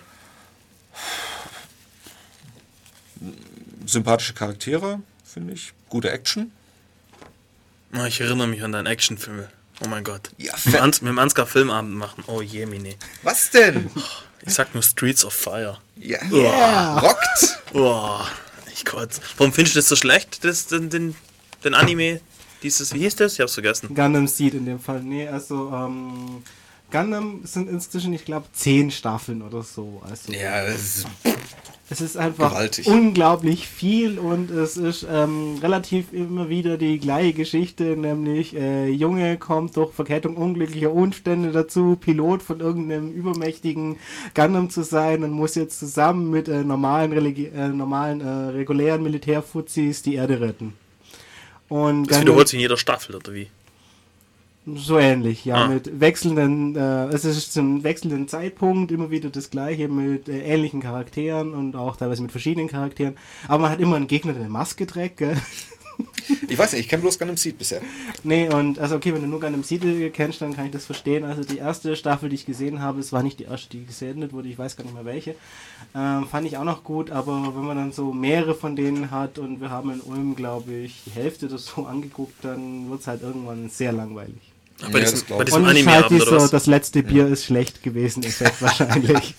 Sympathische Charaktere, finde ich. Gute Action. Oh, ich erinnere mich an deinen Actionfilm. Oh mein Gott. Ja, mit dem Ansgar Filmabend machen. Oh je, Mine. Was denn? Ich sag nur Streets of Fire. Ja. Yeah. Rockt. Oh, ich kotze. Warum findest du das so schlecht, den Anime? Wie hieß das? Ich hab's vergessen. Gundam Seed in dem Fall. Nee, also, Gundam sind inzwischen, ich glaube, 10 Staffeln oder so. Also, ja, es ist einfach gewaltig. Unglaublich viel und es ist relativ immer wieder die gleiche Geschichte, nämlich Junge kommt durch Verkettung unglücklicher Umstände dazu, Pilot von irgendeinem übermächtigen Gundam zu sein und muss jetzt zusammen mit normalen regulären Militärfuzis die Erde retten. Und das wiederholt sich in jeder Staffel, oder wie? So ähnlich, ja, mit wechselnden, es ist zum wechselnden Zeitpunkt immer wieder das Gleiche mit ähnlichen Charakteren und auch teilweise mit verschiedenen Charakteren, aber man hat immer einen Gegner, der eine Maske trägt, gell? Ich weiß nicht, ich kenne bloß Gundam Seed bisher. Nee, und also okay, wenn du nur Gundam Seed kennst, dann kann ich das verstehen. Also die erste Staffel, die ich gesehen habe, es war nicht die erste, die gesendet wurde, ich weiß gar nicht mehr welche, fand ich auch noch gut, aber wenn man dann so mehrere von denen hat und wir haben in Ulm, glaube ich, die Hälfte oder so angeguckt, dann wird es halt irgendwann sehr langweilig. Bei Ja, diesem Und Anime halt haben, oder was? das letzte Bier ist schlecht gewesen, Effekt wahrscheinlich.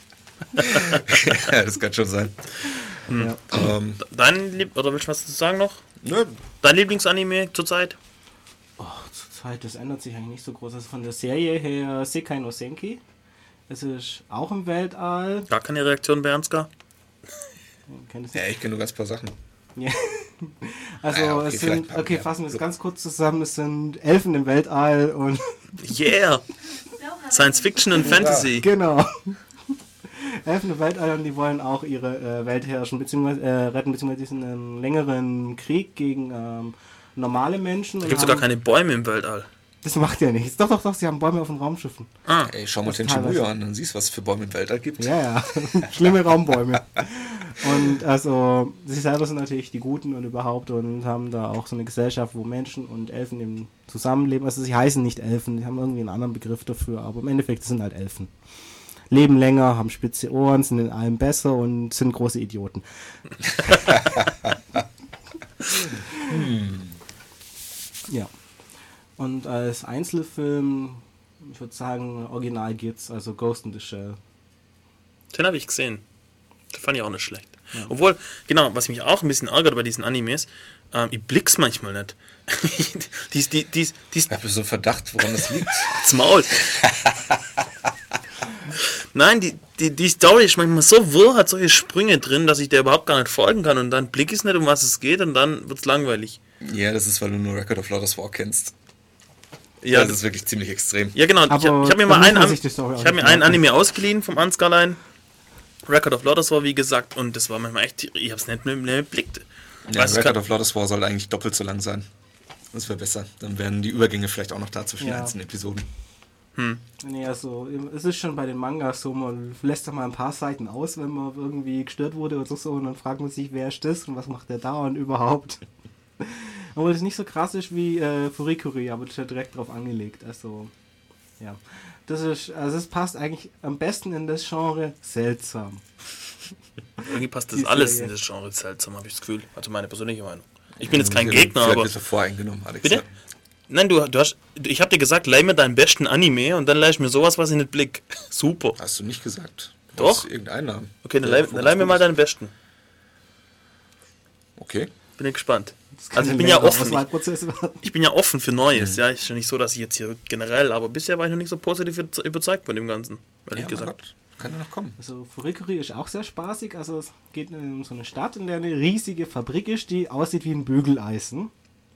Ja, das kann schon sein. Ja. Oder willst du was dazu sagen noch? Nö, Dein Lieblingsanime zurzeit? Zeit, das ändert sich eigentlich nicht so groß. Also von der Serie her Sekai no Senki. Es ist auch im Weltall. Gar keine Reaktion bei Ansgar? Kennt Ja, ich kenne nur ganz paar Sachen. Ja. Also Ja, okay, es vielleicht sind, ein paar okay, mehr. fassen wir es ganz kurz zusammen, es sind Elfen im Weltall und Yeah! Science Fiction und Fantasy. genau. Elfen im Weltall und die wollen auch ihre Welt herrschen, beziehungsweise retten, beziehungsweise diesen längeren Krieg gegen normale Menschen. Da gibt es sogar keine Bäume im Weltall. Das macht ja nichts. Doch, sie haben Bäume auf den Raumschiffen. Ey, schau mal Das Tenchi teilweise. Muyo an, dann siehst du, was es für Bäume im Weltall gibt. Ja. Schlimme Raumbäume. Und also, sie selber sind natürlich die Guten und überhaupt und haben da auch so eine Gesellschaft, wo Menschen und Elfen eben zusammenleben. Also sie heißen nicht Elfen, die haben irgendwie einen anderen Begriff dafür, aber im Endeffekt sind halt Elfen. Leben länger, haben spitze Ohren, sind in allem besser und sind große Idioten. Ja. Und als Einzelfilm, ich würde sagen, Original gibt's, also Ghost in the Shell. Den habe ich gesehen. Das fand ich auch nicht schlecht. Ja. Obwohl, genau, was mich auch ein bisschen ärgert bei diesen Animes, ich blick's manchmal nicht. Ich habe so einen Verdacht, woran das liegt. Das Maul. Nein, die Story ist manchmal so wirr, hat solche Sprünge drin, dass ich der überhaupt gar nicht folgen kann und dann blick ich nicht, um was es geht und dann wird's langweilig. Ja, das ist, weil du nur Record of Lodoss War kennst. Ja, Das ist wirklich ziemlich extrem. ja genau. Aber Ich hab mir dann mal muss einen, man sich die Story auch ich hab mir nicht einen merken. Anime ausgeliehen vom Ansgarlein. Record of Lodoss war wie gesagt und das war manchmal echt, ich hab's nicht mehr geblickt. Ja, Weißt du, Record of Lodoss War soll eigentlich doppelt so lang sein. Das wäre besser. Dann wären die Übergänge vielleicht auch noch da zwischen den Ja. einzelnen Episoden. Nee, also es ist schon bei den Mangas so, man lässt da mal ein paar Seiten aus, wenn man irgendwie gestört wurde oder so und dann fragt man sich, wer ist das und was macht der da und überhaupt. Obwohl das nicht so krass ist wie Furikuri, aber das ist ja direkt drauf angelegt, also ja. Das ist, also es passt eigentlich am besten in das Genre seltsam. irgendwie passt das die alles Serie. in das Genre seltsam, habe ich das Gefühl. Also meine persönliche Meinung. Ich bin jetzt kein Vielleicht Gegner, aber... bist du voreingenommen, Alex. Bitte? Nein, ich habe dir gesagt, leih mir deinen besten Anime und dann leih ich mir sowas, was ich nicht blick. Super. Hast du nicht gesagt. Du Doch. hast irgendeinen Namen. Okay, dann Der leih mir mal deinen besten. Okay. Bin ich gespannt. Das kann Also ich ein bin ja längerer offen. Auswahlprozess werden. Ich bin ja offen für Neues. Ja, ist ja nicht so, dass ich jetzt hier generell, aber bisher war ich noch nicht so positiv überzeugt von dem Ganzen, ehrlich Ja, mein gesagt. Gott. Kann ja noch kommen. Also Furikuri ist auch sehr spaßig, also es geht in so eine Stadt, in der eine riesige Fabrik ist, die aussieht wie ein Bügeleisen.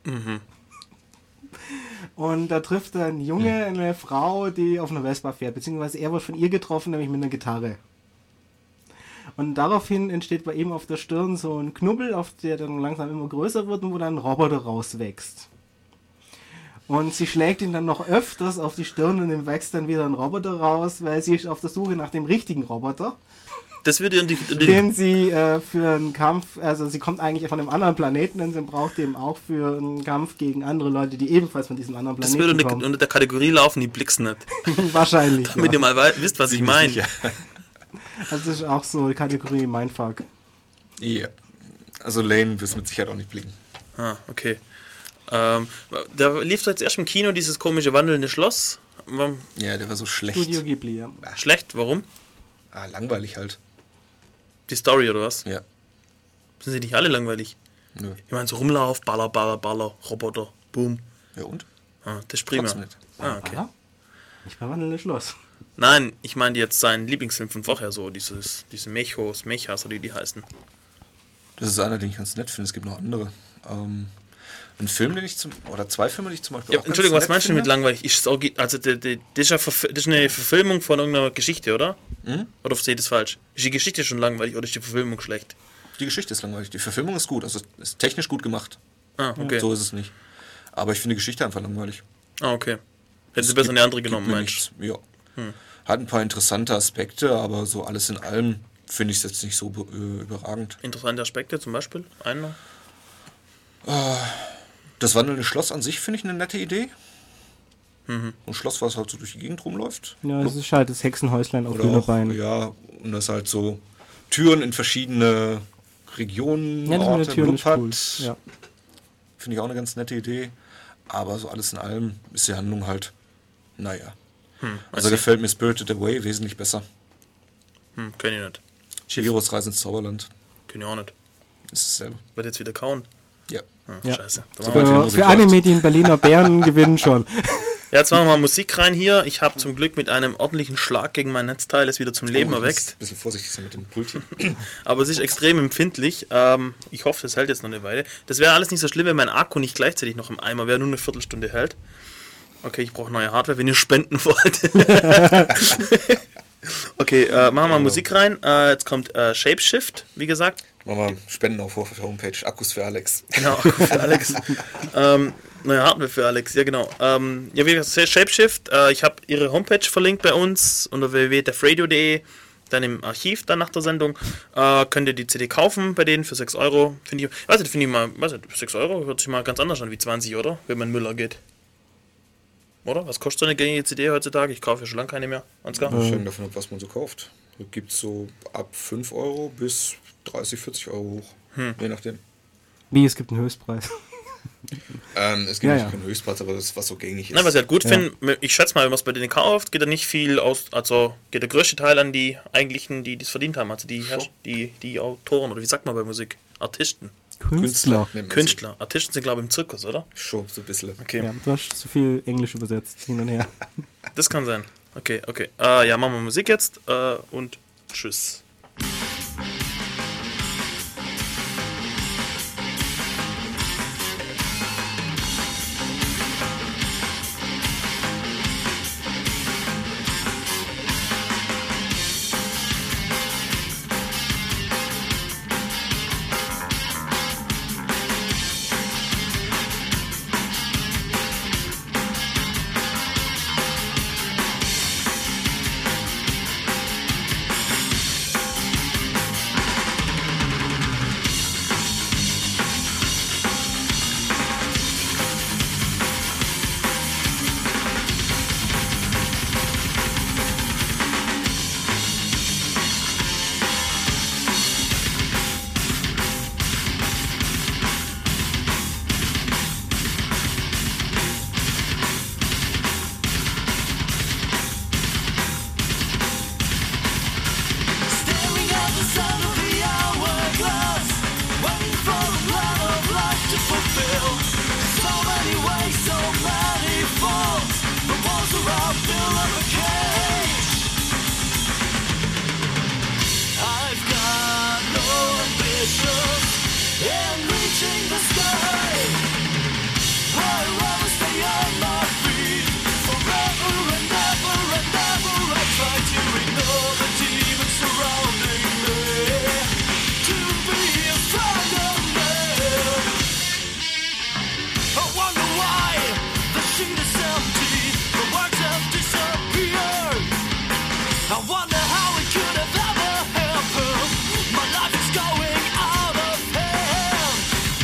Und da trifft ein Junge eine Frau, die auf einer Vespa fährt, beziehungsweise er wird von ihr getroffen, nämlich mit einer Gitarre. Und daraufhin entsteht bei ihm auf der Stirn so ein Knubbel, auf der dann langsam immer größer wird und wo dann ein Roboter rauswächst. Und sie schlägt ihn dann noch öfters auf die Stirn und dann wächst dann wieder ein Roboter raus, weil sie ist auf der Suche nach dem richtigen Roboter, Das würde in die den sie für einen Kampf, also sie kommt eigentlich von einem anderen Planeten und sie braucht den auch für einen Kampf gegen andere Leute, die ebenfalls von diesem anderen das Planeten würde kommen. unter der Kategorie laufen, die blick's nicht. Wahrscheinlich, Damit ja. ihr mal wisst, was ich meine. Sicher. Also das ist auch so die Kategorie Mindfuck. Ja. Also Lane wirst mit Sicherheit auch nicht blicken. Ah, okay. Da lief jetzt erst im Kino dieses komische wandelnde Schloss. Ja, der war so schlecht. Studio Ghibli, ja. Schlecht, warum? Ah, langweilig halt. Die Story oder was? Ja. Sind sie nicht alle langweilig? Nö. Ich meine, so Rumlauf, Baller, Baller, Baller, Roboter, Boom. Ja und? Ah, das ist prima. Trotzdem nicht. Ah, okay. Ja? Nicht bei Wandelndes Schloss. Nein, ich meine jetzt seinen Lieblingsfilm von vorher, so diese Mechas oder wie die heißen. Das ist einer, den ich ganz nett finde. Es gibt noch andere. Ein Film, den ich oder zwei Filme, die ich zum Beispiel Ja, auch Entschuldigung, ganz was nett meinst du mit finde. langweilig? Also das ist ja das ist eine Verfilmung von irgendeiner Geschichte, oder? Oder sehe ich das falsch? Ist die Geschichte schon langweilig oder ist die Verfilmung schlecht? Die Geschichte ist langweilig. Die Verfilmung ist gut. Also ist technisch gut gemacht. Ah, okay. So ist es nicht. Aber ich finde die Geschichte einfach langweilig. Ah, okay. Hätten sie Es besser gibt- eine andere gibt genommen, mir meinst du? nichts. Ja. Hat ein paar interessante Aspekte, aber so alles in allem finde ich es jetzt nicht so überragend. Interessante Aspekte zum Beispiel? Einer? Das wandelnde Schloss an sich finde ich eine nette Idee. Ein Schloss, was halt so durch die Gegend rumläuft. Ja, das ist halt das Hexenhäuslein auf Oder auch, Hühnerbeinen. ja, und das halt so Türen in verschiedene Regionen, Ja, das mit Orte, der Tür ist Blub cool. hat. Ja. Finde ich auch eine ganz nette Idee. Aber so alles in allem ist die Handlung halt, naja. Also gefällt mir Spirited Away wesentlich besser. Kenn ich nicht. Chihiros Reise ins Zauberland Kenn ich auch nicht. ist dasselbe. Wird jetzt wieder kauen. Ja. Ja. Scheiße. Da machen wir- Sobald die Musik Für Anime, die den Berliner Bären gewinnen schon. Ja, jetzt machen wir mal Musik rein hier. Ich habe zum Glück mit einem ordentlichen Schlag gegen mein Netzteil es wieder zum Leben Oh, ich muss erweckt. ein bisschen vorsichtig sein mit dem Pult. Aber es ist extrem empfindlich. Ich hoffe, das hält jetzt noch eine Weile. Das wäre alles nicht so schlimm, wenn mein Akku nicht gleichzeitig noch im Eimer wäre, nur eine Viertelstunde hält. Okay, ich brauche neue Hardware, wenn ihr spenden wollt. Okay, machen wir mal Musik rein. Jetzt kommt Shapeshift, wie gesagt. Machen wir Spendenaufruf auf der Homepage. Akkus für Alex. Genau, für Alex. Neue Hardware für Alex, ja genau. Ja, wie gesagt, Shapeshift. Ich habe ihre Homepage verlinkt bei uns unter www.defradio.de. Dann im Archiv, dann nach der Sendung, könnt ihr die CD kaufen bei denen für 6 Euro. Finde ich mal, 6 Euro hört sich mal ganz anders an wie 20, oder? Wenn man in Müller geht. Oder? Was kostet so eine gängige CD heutzutage? Ich kaufe ja schon lange keine mehr. Ansgar? Schön davon ab, was man so kauft. Es gibt so ab 5 Euro bis 30, 40 Euro hoch. Je nachdem. Wie, es gibt einen Höchstpreis. Es gibt Ja, nicht ja. keinen Höchstpreis, aber das ist, was so gängig ist. Nein, was ich halt gut finde, ich schätze mal, wenn man es bei denen kauft, geht da nicht viel aus, also geht der größte Teil an die eigentlichen, die es verdient haben, also die Autoren, oder wie sagt man bei Musik? Artisten. Künstler. nennt man sie. Künstler. Artisten sind, glaube ich, im Zirkus, oder? Schon so ein bisschen. Okay, Ja, du hast zu viel Englisch übersetzt, hin und her. das kann sein. Okay. Ja, machen wir Musik jetzt und tschüss. Staring at the sun of the hourglass, waiting for the plan of life to fulfill. So many ways, so many faults. The walls around fill up a cage. I've got no ambitions in reaching the sky. I'd rather stay on my feet forever and ever and ever. I try to ignore the demons surrounding me, to be a stronger man. I wonder why the sheet is empty, the words have disappeared. I wonder how it could have ever happened. My life is going out of hand.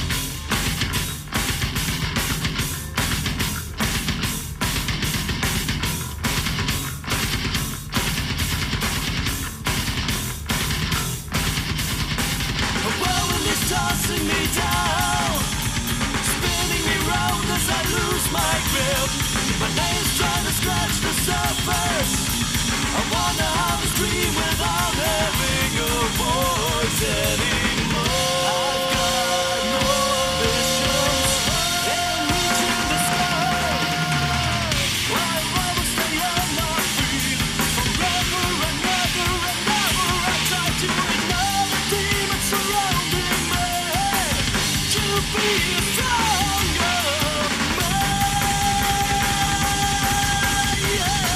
The whirlwind is tossing me down, spinning me round as I lose my grip. My name's trying to scratch the surface. I wonder how to scream without having a voice anymore. I've got no ambitions in reaching the sky. I'd rather stay on my feet forever and ever and ever. I try to ignore the demons surrounding me, to be a stronger man. Yeah.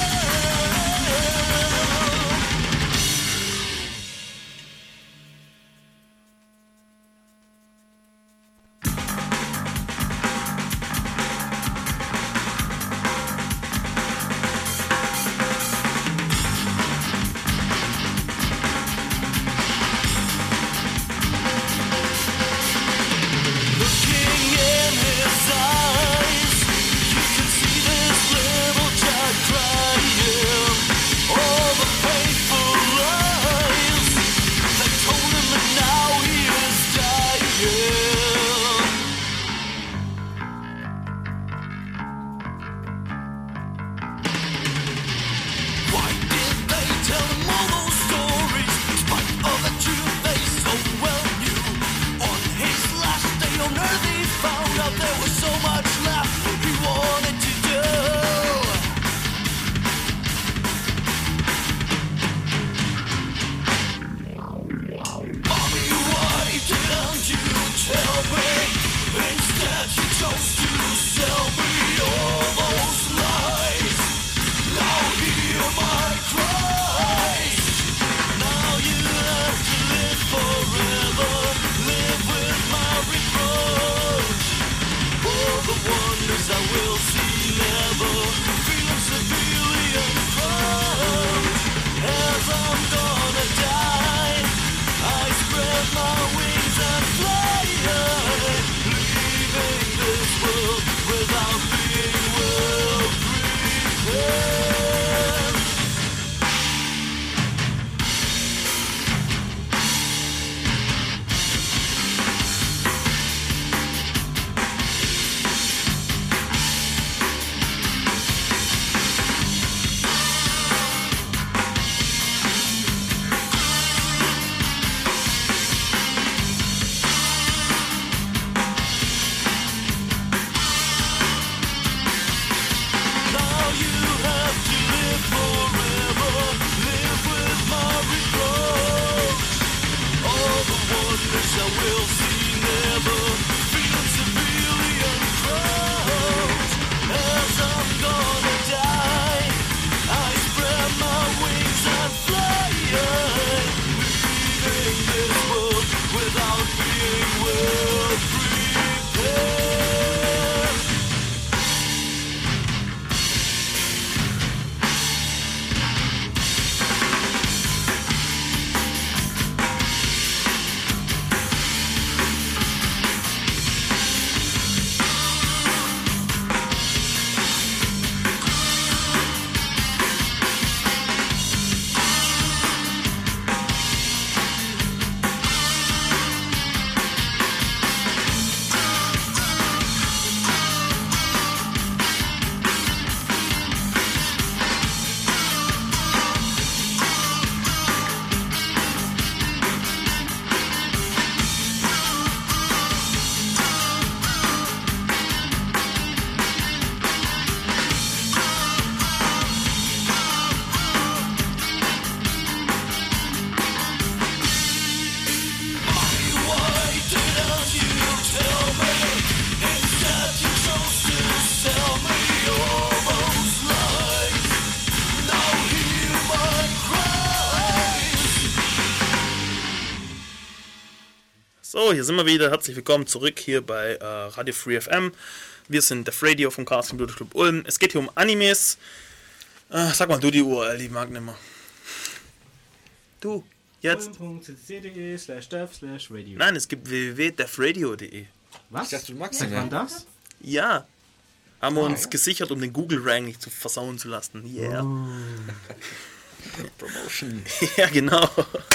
Looking in So, hier sind wir wieder. Herzlich willkommen zurück hier bei Radio Free FM. Wir sind Def Radio vom Chaos Computer Club Ulm. Es geht hier um Animes. Sag mal du die URL, die mag nimmer. Du, jetzt. ulm.cc.de/dev/radio. Nein, es gibt www.defradio.de. Was? Ich dachte, du magst Was den war ja. das? Ja. Haben wir uns gesichert, um den Google-Rank nicht zu versauen zu lassen. Yeah. Promotion. Ja, genau.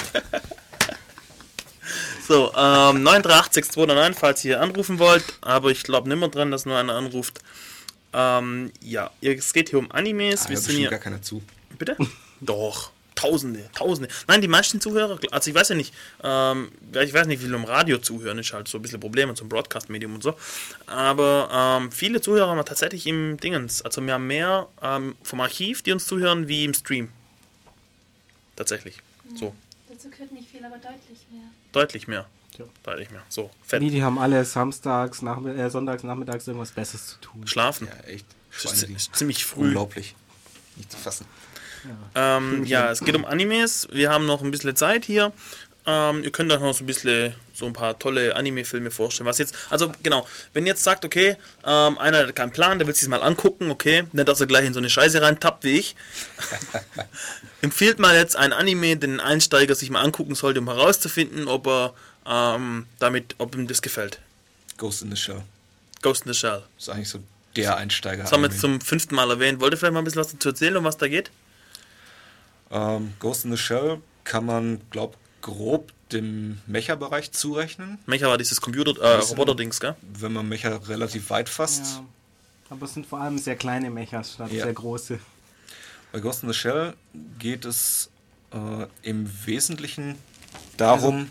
So, 9386209, falls ihr anrufen wollt, aber ich glaube nimmer dran, dass nur einer anruft. Ja, es geht hier um Animes. Ah, Wir da sind bestimmt hier. gar keiner zu. Bitte? Doch. Tausende. Nein, die meisten Zuhörer, also ich weiß ja nicht, ich weiß nicht, wie viele im Radio zuhören, ist halt so ein bisschen Probleme zum Broadcast-Medium und so. Aber viele Zuhörer haben wir tatsächlich im Dingens. Also wir haben mehr vom Archiv, die uns zuhören, wie im Stream. Tatsächlich. So. Dazu gehört nicht viel, aber deutlich mehr. Deutlich mehr. Ja. Deutlich mehr. So, fett. Die haben alle sonntags, nachmittags irgendwas Besseres zu tun. Schlafen. Ja, echt. Das Schweine, ist ziemlich früh. unglaublich. Nicht zu fassen. Ja, es geht um Animes. Wir haben noch ein bisschen Zeit hier. Ihr könnt euch noch so ein paar tolle Anime-Filme vorstellen. Was jetzt, also genau, wenn ihr jetzt sagt, okay, einer hat keinen Plan, der will sich mal angucken, okay, nicht, dass er gleich in so eine Scheiße reintappt wie ich. Empfiehlt mal jetzt ein Anime, den ein Einsteiger sich mal angucken sollte, um herauszufinden, ob ihm das gefällt. Ghost in the Shell. Ghost in the Shell. Das ist eigentlich so der Einsteiger. Das haben wir jetzt zum 5. Mal erwähnt. Wollt ihr vielleicht mal ein bisschen was dazu erzählen, um was da geht? Ghost in the Shell kann man, grob dem Mecha-Bereich zurechnen, Mecha war dieses Roboter-Dings, gell? wenn man Mecha relativ weit fasst. Ja. Aber es sind vor allem sehr kleine Mechas statt Ja. sehr große. Bei Ghost in the Shell geht es im Wesentlichen darum,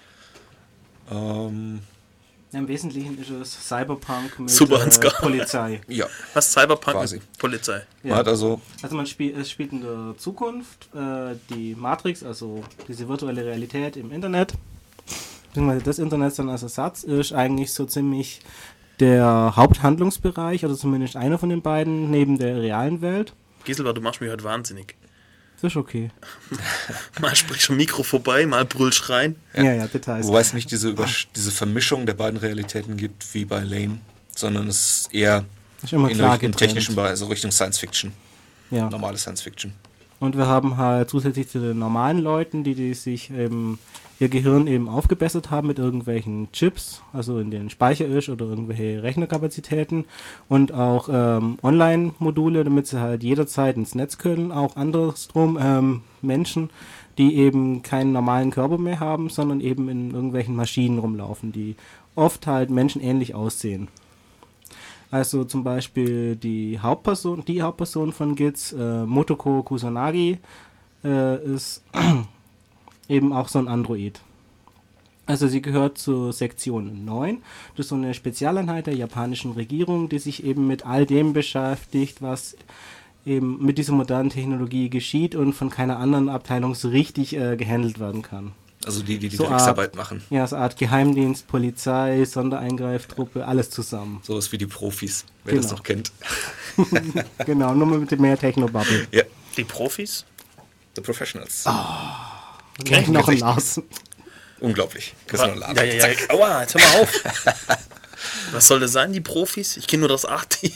Ja, im Wesentlichen ist es Cyberpunk mit Super, Ansgar. Polizei. ja, Was Cyberpunk Quasi. mit Polizei. man hat also Also es spielt in der Zukunft die Matrix, also diese virtuelle Realität im Internet, beziehungsweise das Internet dann als Ersatz, ist eigentlich so ziemlich der Haupthandlungsbereich, oder zumindest einer von den beiden, neben der realen Welt. Gisela, du machst mich heute wahnsinnig. Das ist okay. Mal sprichst du am Mikro vorbei, mal brüllst rein. Ja, Details. wobei es nicht diese Vermischung der beiden Realitäten gibt wie bei Lane, sondern es ist eher Ist immer in klar im getrennt. technischen Bereich, also Richtung Science Fiction, Ja. normale Science Fiction. Und wir haben halt zusätzlich zu den normalen Leuten, die sich ihr Gehirn eben aufgebessert haben mit irgendwelchen Chips, also in denen Speicher ist oder irgendwelche Rechnerkapazitäten und auch Online-Module, damit sie halt jederzeit ins Netz können. Auch andersrum Menschen, die eben keinen normalen Körper mehr haben, sondern eben in irgendwelchen Maschinen rumlaufen, die oft halt menschenähnlich aussehen. Also zum Beispiel die Hauptperson von GITS, Motoko Kusanagi, ist eben auch so ein Android. Also sie gehört zur Sektion 9. Das ist so eine Spezialeinheit der japanischen Regierung, die sich eben mit all dem beschäftigt, was eben mit dieser modernen Technologie geschieht und von keiner anderen Abteilung so richtig gehandelt werden kann. Also die So Drecksarbeit machen. Ja, so eine Art Geheimdienst, Polizei, Sondereingreiftruppe, alles zusammen. Sowas wie die Profis, wer das Genau. noch kennt. Genau, nur mit mehr Technobubble. Ja, Die Profis? The Professionals. Gleich noch ein Lars. Unglaublich. Christian und Lars. Ja. Aua, jetzt hör mal auf. Was soll das sein, die Profis? Ich kenne nur das A-Team.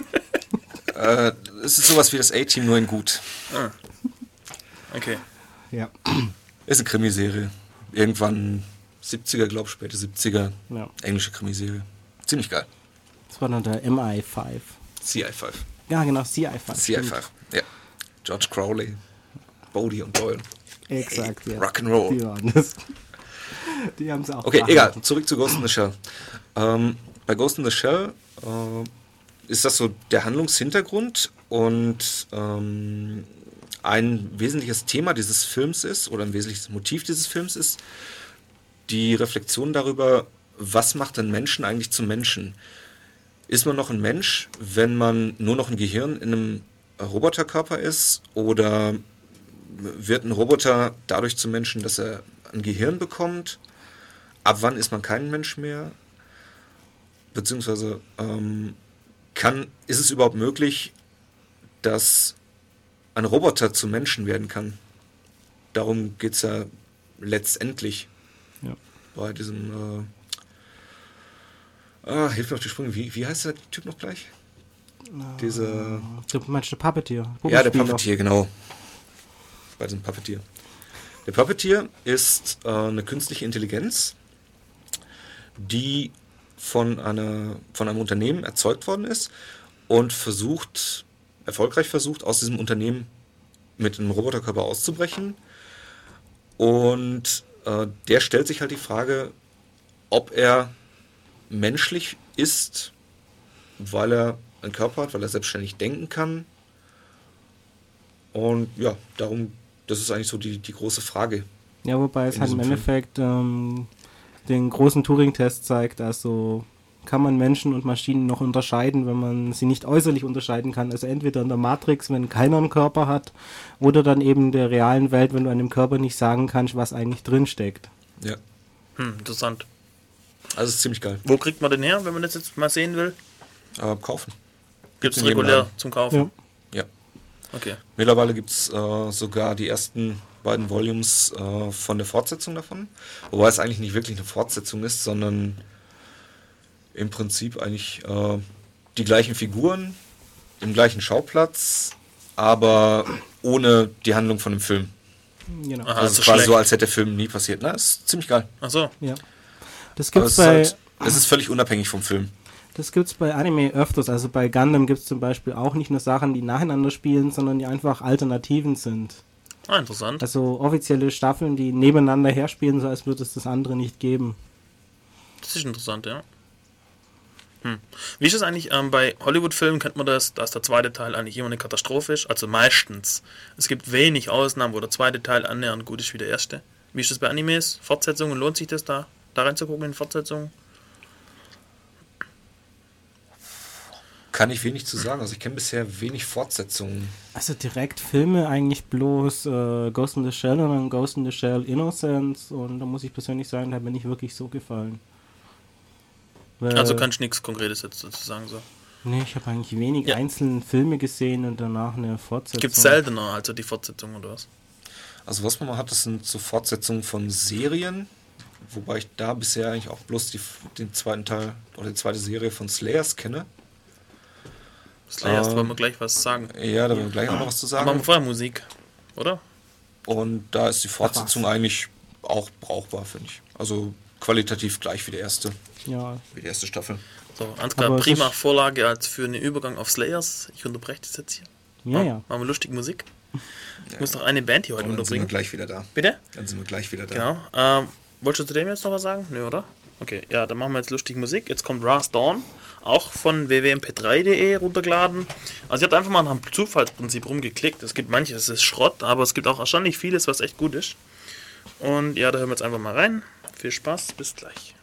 Es ist sowas wie das A-Team, nur in gut. Okay. Ja. Ist eine Krimiserie. Irgendwann 70er, glaube ich, späte 70er. Ja. Englische Krimiserie. Ziemlich geil. Das war dann der MI5. CI5. Ja, genau, CI5. CI5, ja. George Crowley, Bodie und Doyle. Exakt, ja. Rock'n'Roll. Die waren das. Die haben sie auch Okay, behandelt. egal. Zurück zu Ghost in the Shell. Bei Ghost in the Shell ist das so der Handlungshintergrund und ein wesentliches Thema dieses Films ist, oder ein wesentliches Motiv dieses Films ist, die Reflexion darüber, was macht den Menschen eigentlich zum Menschen? Ist man noch ein Mensch, wenn man nur noch ein Gehirn in einem Roboterkörper ist, oder wird ein Roboter dadurch zum Menschen, dass er ein Gehirn bekommt? Ab wann ist man kein Mensch mehr? Beziehungsweise ist es überhaupt möglich, dass ein Roboter zum Menschen werden kann? Darum geht es ja letztendlich. Ja. bei diesem hilf mir auf die Sprünge. Wie heißt der Typ noch gleich? Du meinst der Puppeteer? Ja, der Puppeteer, genau. Bei diesem Puppeteer. Der Puppeteer ist eine künstliche Intelligenz, die von einem Unternehmen erzeugt worden ist und erfolgreich versucht, aus diesem Unternehmen mit einem Roboterkörper auszubrechen. Und der stellt sich halt die Frage, ob er menschlich ist, weil er einen Körper hat, weil er selbstständig denken kann. Und ja, das ist eigentlich so die große Frage. Ja, wobei es halt im Endeffekt den großen Turing-Test zeigt, also kann man Menschen und Maschinen noch unterscheiden, wenn man sie nicht äußerlich unterscheiden kann. Also entweder in der Matrix, wenn keiner einen Körper hat, oder dann eben in der realen Welt, wenn du einem Körper nicht sagen kannst, was eigentlich drinsteckt. Ja. Interessant. Also ist ziemlich geil. Wo kriegt man den her, wenn man das jetzt mal sehen will? Kaufen. Gibt es regulär zum Kaufen? Ja. Okay. Mittlerweile gibt es sogar die ersten beiden Volumes von der Fortsetzung davon. Wobei es eigentlich nicht wirklich eine Fortsetzung ist, sondern im Prinzip eigentlich die gleichen Figuren, im gleichen Schauplatz, aber ohne die Handlung von dem Film. Genau. Aha, Also quasi so, als hätte der Film nie passiert. Na, ist ziemlich geil. Ach so. Ja. Das gibt's es ist völlig unabhängig vom Film. Das gibt's bei Anime öfters. Also bei Gundam gibt's zum Beispiel auch nicht nur Sachen, die nacheinander spielen, sondern die einfach Alternativen sind. Ah, interessant. Also offizielle Staffeln, die nebeneinander herspielen, so als würde es das andere nicht geben. Das ist interessant, ja. Wie ist es eigentlich, bei Hollywood-Filmen kennt man das, dass der zweite Teil eigentlich immer eine Katastrophe ist, also meistens. Es gibt wenig Ausnahmen, wo der zweite Teil annähernd gut ist wie der erste. Wie ist das bei Animes? Fortsetzungen, lohnt sich das da reinzugucken in Fortsetzungen? Kann ich wenig zu sagen. Also ich kenne bisher wenig Fortsetzungen. Also direkt Filme eigentlich bloß Ghost in the Shell und dann Ghost in the Shell Innocence, und da muss ich persönlich sagen, da hat mir nicht wirklich so gefallen. Also kannst du nichts Konkretes jetzt dazu sagen, so? Nee, ich habe eigentlich wenig einzelne Filme gesehen und danach eine Fortsetzung. Gibt es seltener, also die Fortsetzung oder was? Also was man mal hat, das sind so Fortsetzungen von Serien, wobei ich da bisher eigentlich auch bloß den zweiten Teil oder die zweite Serie von Slayers kenne. Slayers, wollen wir gleich was sagen? Ja, da werden wir gleich auch noch was zu sagen. Machen wir vorher Musik, oder? Und da ist die Fortsetzung eigentlich auch brauchbar, finde ich. Also qualitativ gleich wie die erste. Ja. Wie die erste Staffel. So, Ansgar, prima Vorlage als für einen Übergang auf Slayers. Ich unterbreche das jetzt hier. Ja. Machen wir lustige Musik. Ich muss noch eine Band hier heute dann unterbringen. sind wir gleich wieder da. Bitte? Dann sind wir gleich wieder da. Genau. Wolltest du zu dem jetzt noch was sagen? Nö, oder? Okay, ja, dann machen wir jetzt lustige Musik. Jetzt kommt Ras Dawn, auch von www.mp3.de runtergeladen. Also ich habe einfach mal nach dem Zufallsprinzip rumgeklickt. Es gibt manches, das ist Schrott, aber es gibt auch erstaunlich vieles, was echt gut ist. Und ja, da hören wir jetzt einfach mal rein. Viel Spaß, bis gleich.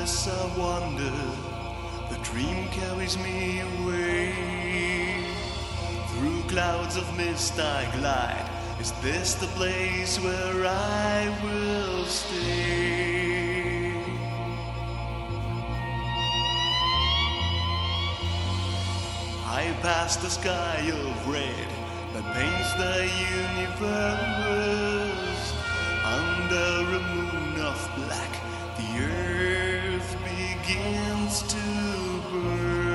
as I wander, the dream carries me away. Through clouds of mist I glide. Is this the place where I will stay? I pass the sky of red that paints the universe. Under a moon of black, the earth begins to burst.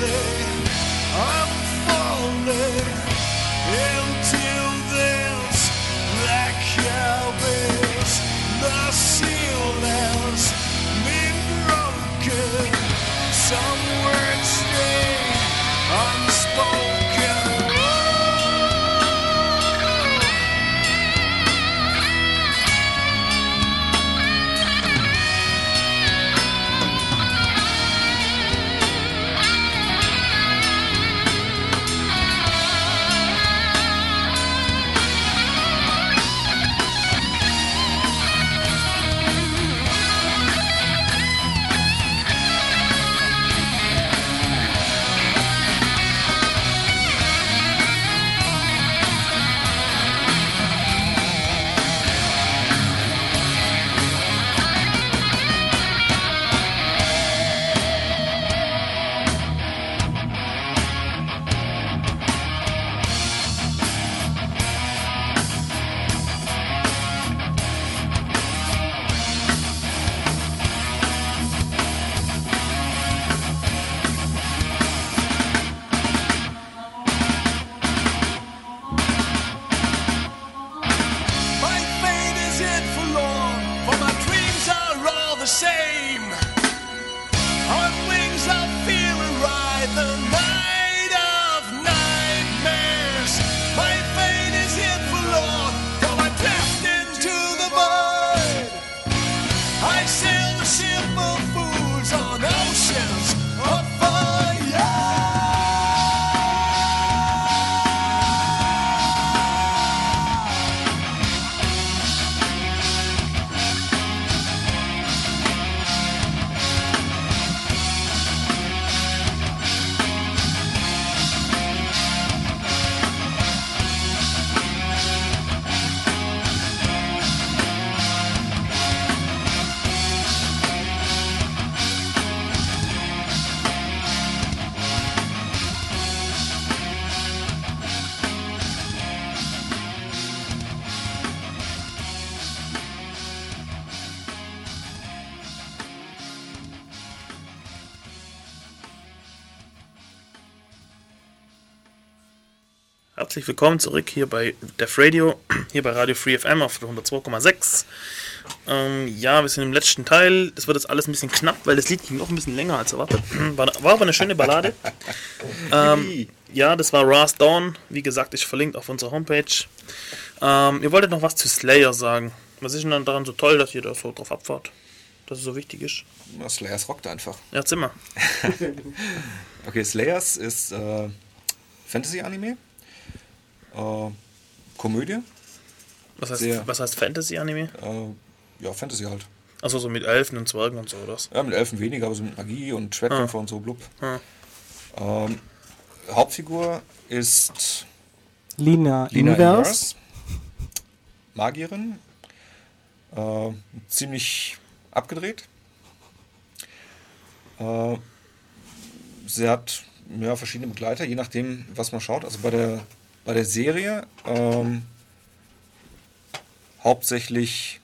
I'm falling into this black abyss. The ceiling's been broken. Some words stay unspoken. My fate is in forlorn, for my dreams are all the same. On wings of fear I ride the night of nightmares. My fate is in forlorn, for I drift into the void. I sail the simple fools on oceans of fire. Herzlich willkommen zurück hier bei Def Radio, hier bei Radio Free FM auf 102,6. Ja, wir sind im letzten Teil. Das wird jetzt alles ein bisschen knapp, weil das Lied ging noch ein bisschen länger als erwartet. War aber eine schöne Ballade. Ja, das war Last Dawn. Wie gesagt, ist verlinkt auf unserer Homepage. Ihr wolltet noch was zu Slayer sagen. Was ist denn dann daran so toll, dass ihr da so drauf abfahrt? Dass es so wichtig ist? Slayers rockt einfach. Ja, Zimmer. Okay, Slayers ist Fantasy-Anime. Komödie. Was heißt Fantasy-Anime? Ja, Fantasy halt. Achso, so mit Elfen und Zwergen und so, oder was? Ja, mit Elfen weniger, aber so mit Magie und Schwertkämpfer und so, blub. Hauptfigur ist Lina Lina Inverse. Inverse. Magierin. Ziemlich abgedreht. Sie hat verschiedene Begleiter, je nachdem, was man schaut. Also bei der Serie hauptsächlich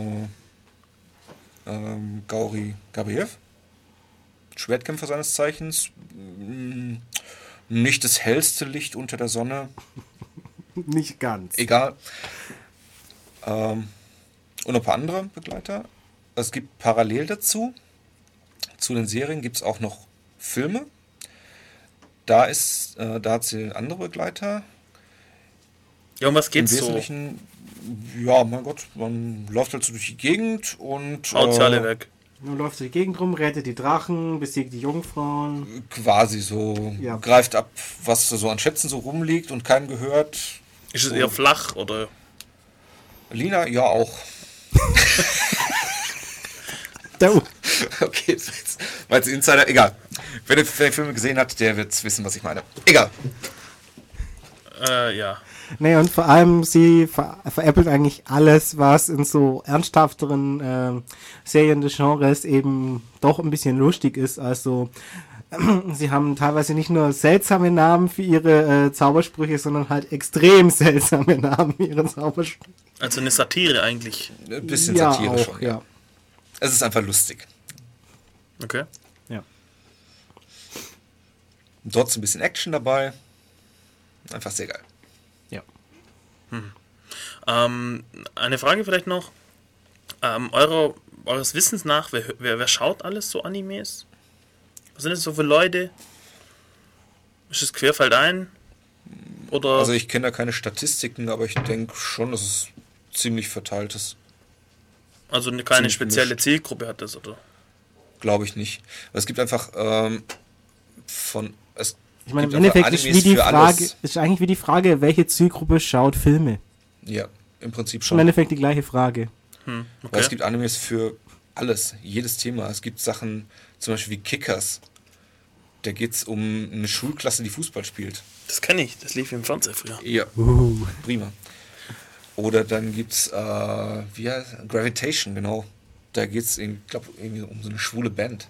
Gauri Gabriev, Schwertkämpfer seines Zeichens, nicht das hellste Licht unter der Sonne. Nicht ganz. Egal. Und ein paar andere Begleiter. Es gibt parallel dazu, zu den Serien gibt es auch noch Filme. Da hat sie andere Begleiter. Ja, um was geht's Im so? Wesentlichen, ja, mein Gott, man läuft halt so durch die Gegend und Haut sie alle weg. Man läuft durch die Gegend rum, rettet die Drachen, besiegt die Jungfrauen. Quasi so, Ja. greift ab, was so an Schätzen so rumliegt und keinem gehört. Ist es So. eher flach, oder? Lina, ja auch. Okay, weil es Insider, egal. Wer die Filme gesehen hat, der wird wissen, was ich meine. Egal. Ja. Nee, und vor allem, sie veräppelt eigentlich alles, was in so ernsthafteren Serien des Genres eben doch ein bisschen lustig ist. Also, sie haben teilweise nicht nur seltsame Namen für ihre Zaubersprüche, sondern halt extrem seltsame Namen für ihre Zaubersprüche. Also eine Satire eigentlich. Ein bisschen Ja, Satire auch, schon. ja. Es ist einfach lustig. Okay. Ja. Trotzdem ein bisschen Action dabei. Einfach sehr geil. Ja. Eine Frage vielleicht noch. Eures Wissens nach, wer schaut alles so Animes? Was sind das so für Leute? Ist es querfeldein? Oder? Also ich kenne da keine Statistiken, aber ich denke schon, dass es ziemlich verteilt ist. Also keine ziemlich spezielle gemischt. Zielgruppe hat das, oder? Glaube ich nicht. Aber es gibt einfach Ich meine, im gibt Endeffekt einfach ist, wie die für Frage, alles. ist eigentlich wie die Frage, welche Zielgruppe schaut Filme? Ja, im Prinzip Im schon. Endeffekt die gleiche Frage. Weil Okay. es gibt Animes für alles, jedes Thema. Es gibt Sachen, zum Beispiel wie Kickers. Da geht es um eine Schulklasse, die Fußball spielt. Das kenne ich, das lief im Fernseher früher. Ja, prima. Oder dann gibt es Gravitation, genau. Da geht es, glaube irgendwie um so eine schwule Band.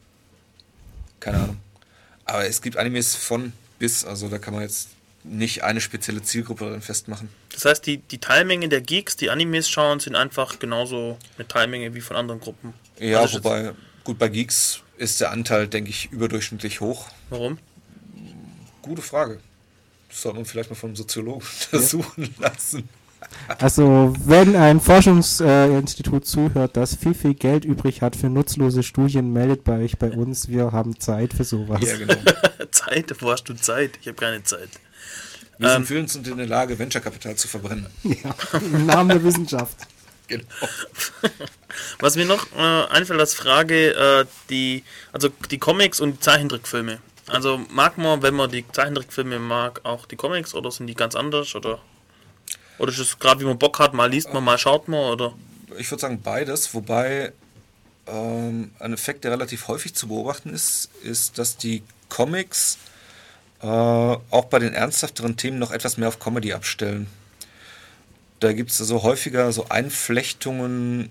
Keine Ahnung. Aber es gibt Animes von bis, also da kann man jetzt nicht eine spezielle Zielgruppe darin festmachen. Das heißt, die Teilmenge der Geeks, die Animes schauen, sind einfach genauso eine Teilmenge wie von anderen Gruppen. Ja, Also wobei, gut, bei Geeks ist der Anteil, denke ich, überdurchschnittlich hoch. Warum? Gute Frage. Das sollte man vielleicht mal vom Soziologen untersuchen lassen. Also, wenn ein Forschungsinstitut zuhört, das viel Geld übrig hat für nutzlose Studien, meldet bei euch bei uns. Wir haben Zeit für sowas. Ja, genau. Zeit? Wo hast du Zeit? Ich habe keine Zeit. Wir fühlen uns in der Lage, Venture-Kapital zu verbrennen. Ja, im Namen der Wissenschaft. Genau. Was mir noch einfällt als Frage, die Comics und die Zeichentrickfilme. Also mag man, wenn man die Zeichentrickfilme mag, auch die Comics oder sind die ganz anders? Oder ist es gerade, wie man Bock hat, mal liest man, mal schaut man? Oder? Ich würde sagen beides, wobei ein Effekt, der relativ häufig zu beobachten ist, dass die Comics auch bei den ernsthafteren Themen noch etwas mehr auf Comedy abstellen. Da gibt es also häufiger so Einflechtungen,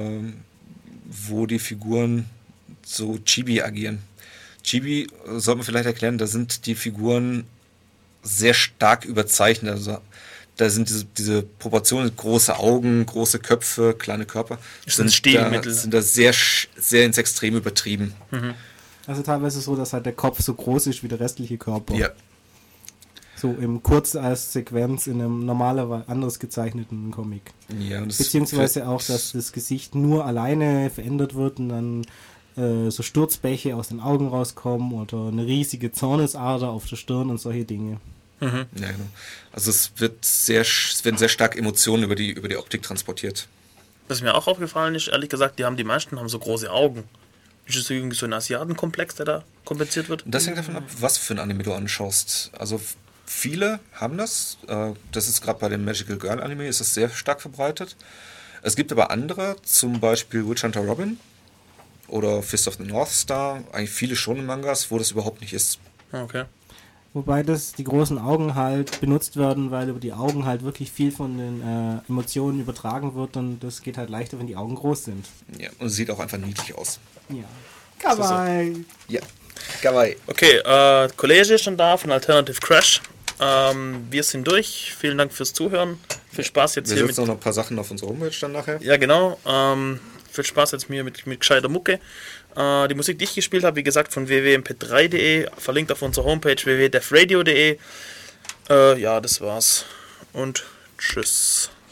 wo die Figuren so Chibi agieren. Chibi, sollte man vielleicht erklären, da sind die Figuren sehr stark überzeichnet. Also da sind diese Proportionen, große Augen, große Köpfe, kleine Körper, Ist ein Stilmittel. sind da sehr, sehr ins Extrem übertrieben. Also teilweise so, dass halt der Kopf so groß ist wie der restliche Körper. Ja. So im Kurz als Sequenz in einem normalerweise anders gezeichneten Comic. Ja, und das Beziehungsweise auch, dass das Gesicht nur alleine verändert wird und dann so Sturzbäche aus den Augen rauskommen oder eine riesige Zornesader auf der Stirn und solche Dinge. Ja, genau. Also es werden sehr stark Emotionen über die Optik transportiert. Was mir auch aufgefallen ist, ehrlich gesagt, die meisten haben so große Augen. Ist es irgendwie so ein Asiatenkomplex, der da kompensiert wird? Und das hängt davon ab, was für ein Anime du anschaust. Also viele haben das. Das ist gerade bei dem Magical Girl Anime ist das sehr stark verbreitet. Es gibt aber andere, zum Beispiel Witch Hunter Robin oder Fist of the North Star, eigentlich viele Shonen Mangas, wo das überhaupt nicht ist. Okay. Wobei die großen Augen halt benutzt werden, weil über die Augen halt wirklich viel von den Emotionen übertragen wird und das geht halt leichter, wenn die Augen groß sind. Ja, und es sieht auch einfach niedlich aus. Ja. Kawaii! Ja, kawaii. Okay, Kollege ist schon da von Alternative Crash. Wir sind durch. Vielen Dank fürs Zuhören. Viel Spaß jetzt Wir hier setzen noch ein paar Sachen auf unsere Homepage dann nachher. Ja, genau. Viel Spaß jetzt mir mit gescheiter Mucke. Die Musik, die ich gespielt habe, wie gesagt, von www.mp3.de, verlinkt auf unserer Homepage www.defradio.de. Ja, das war's. Und tschüss.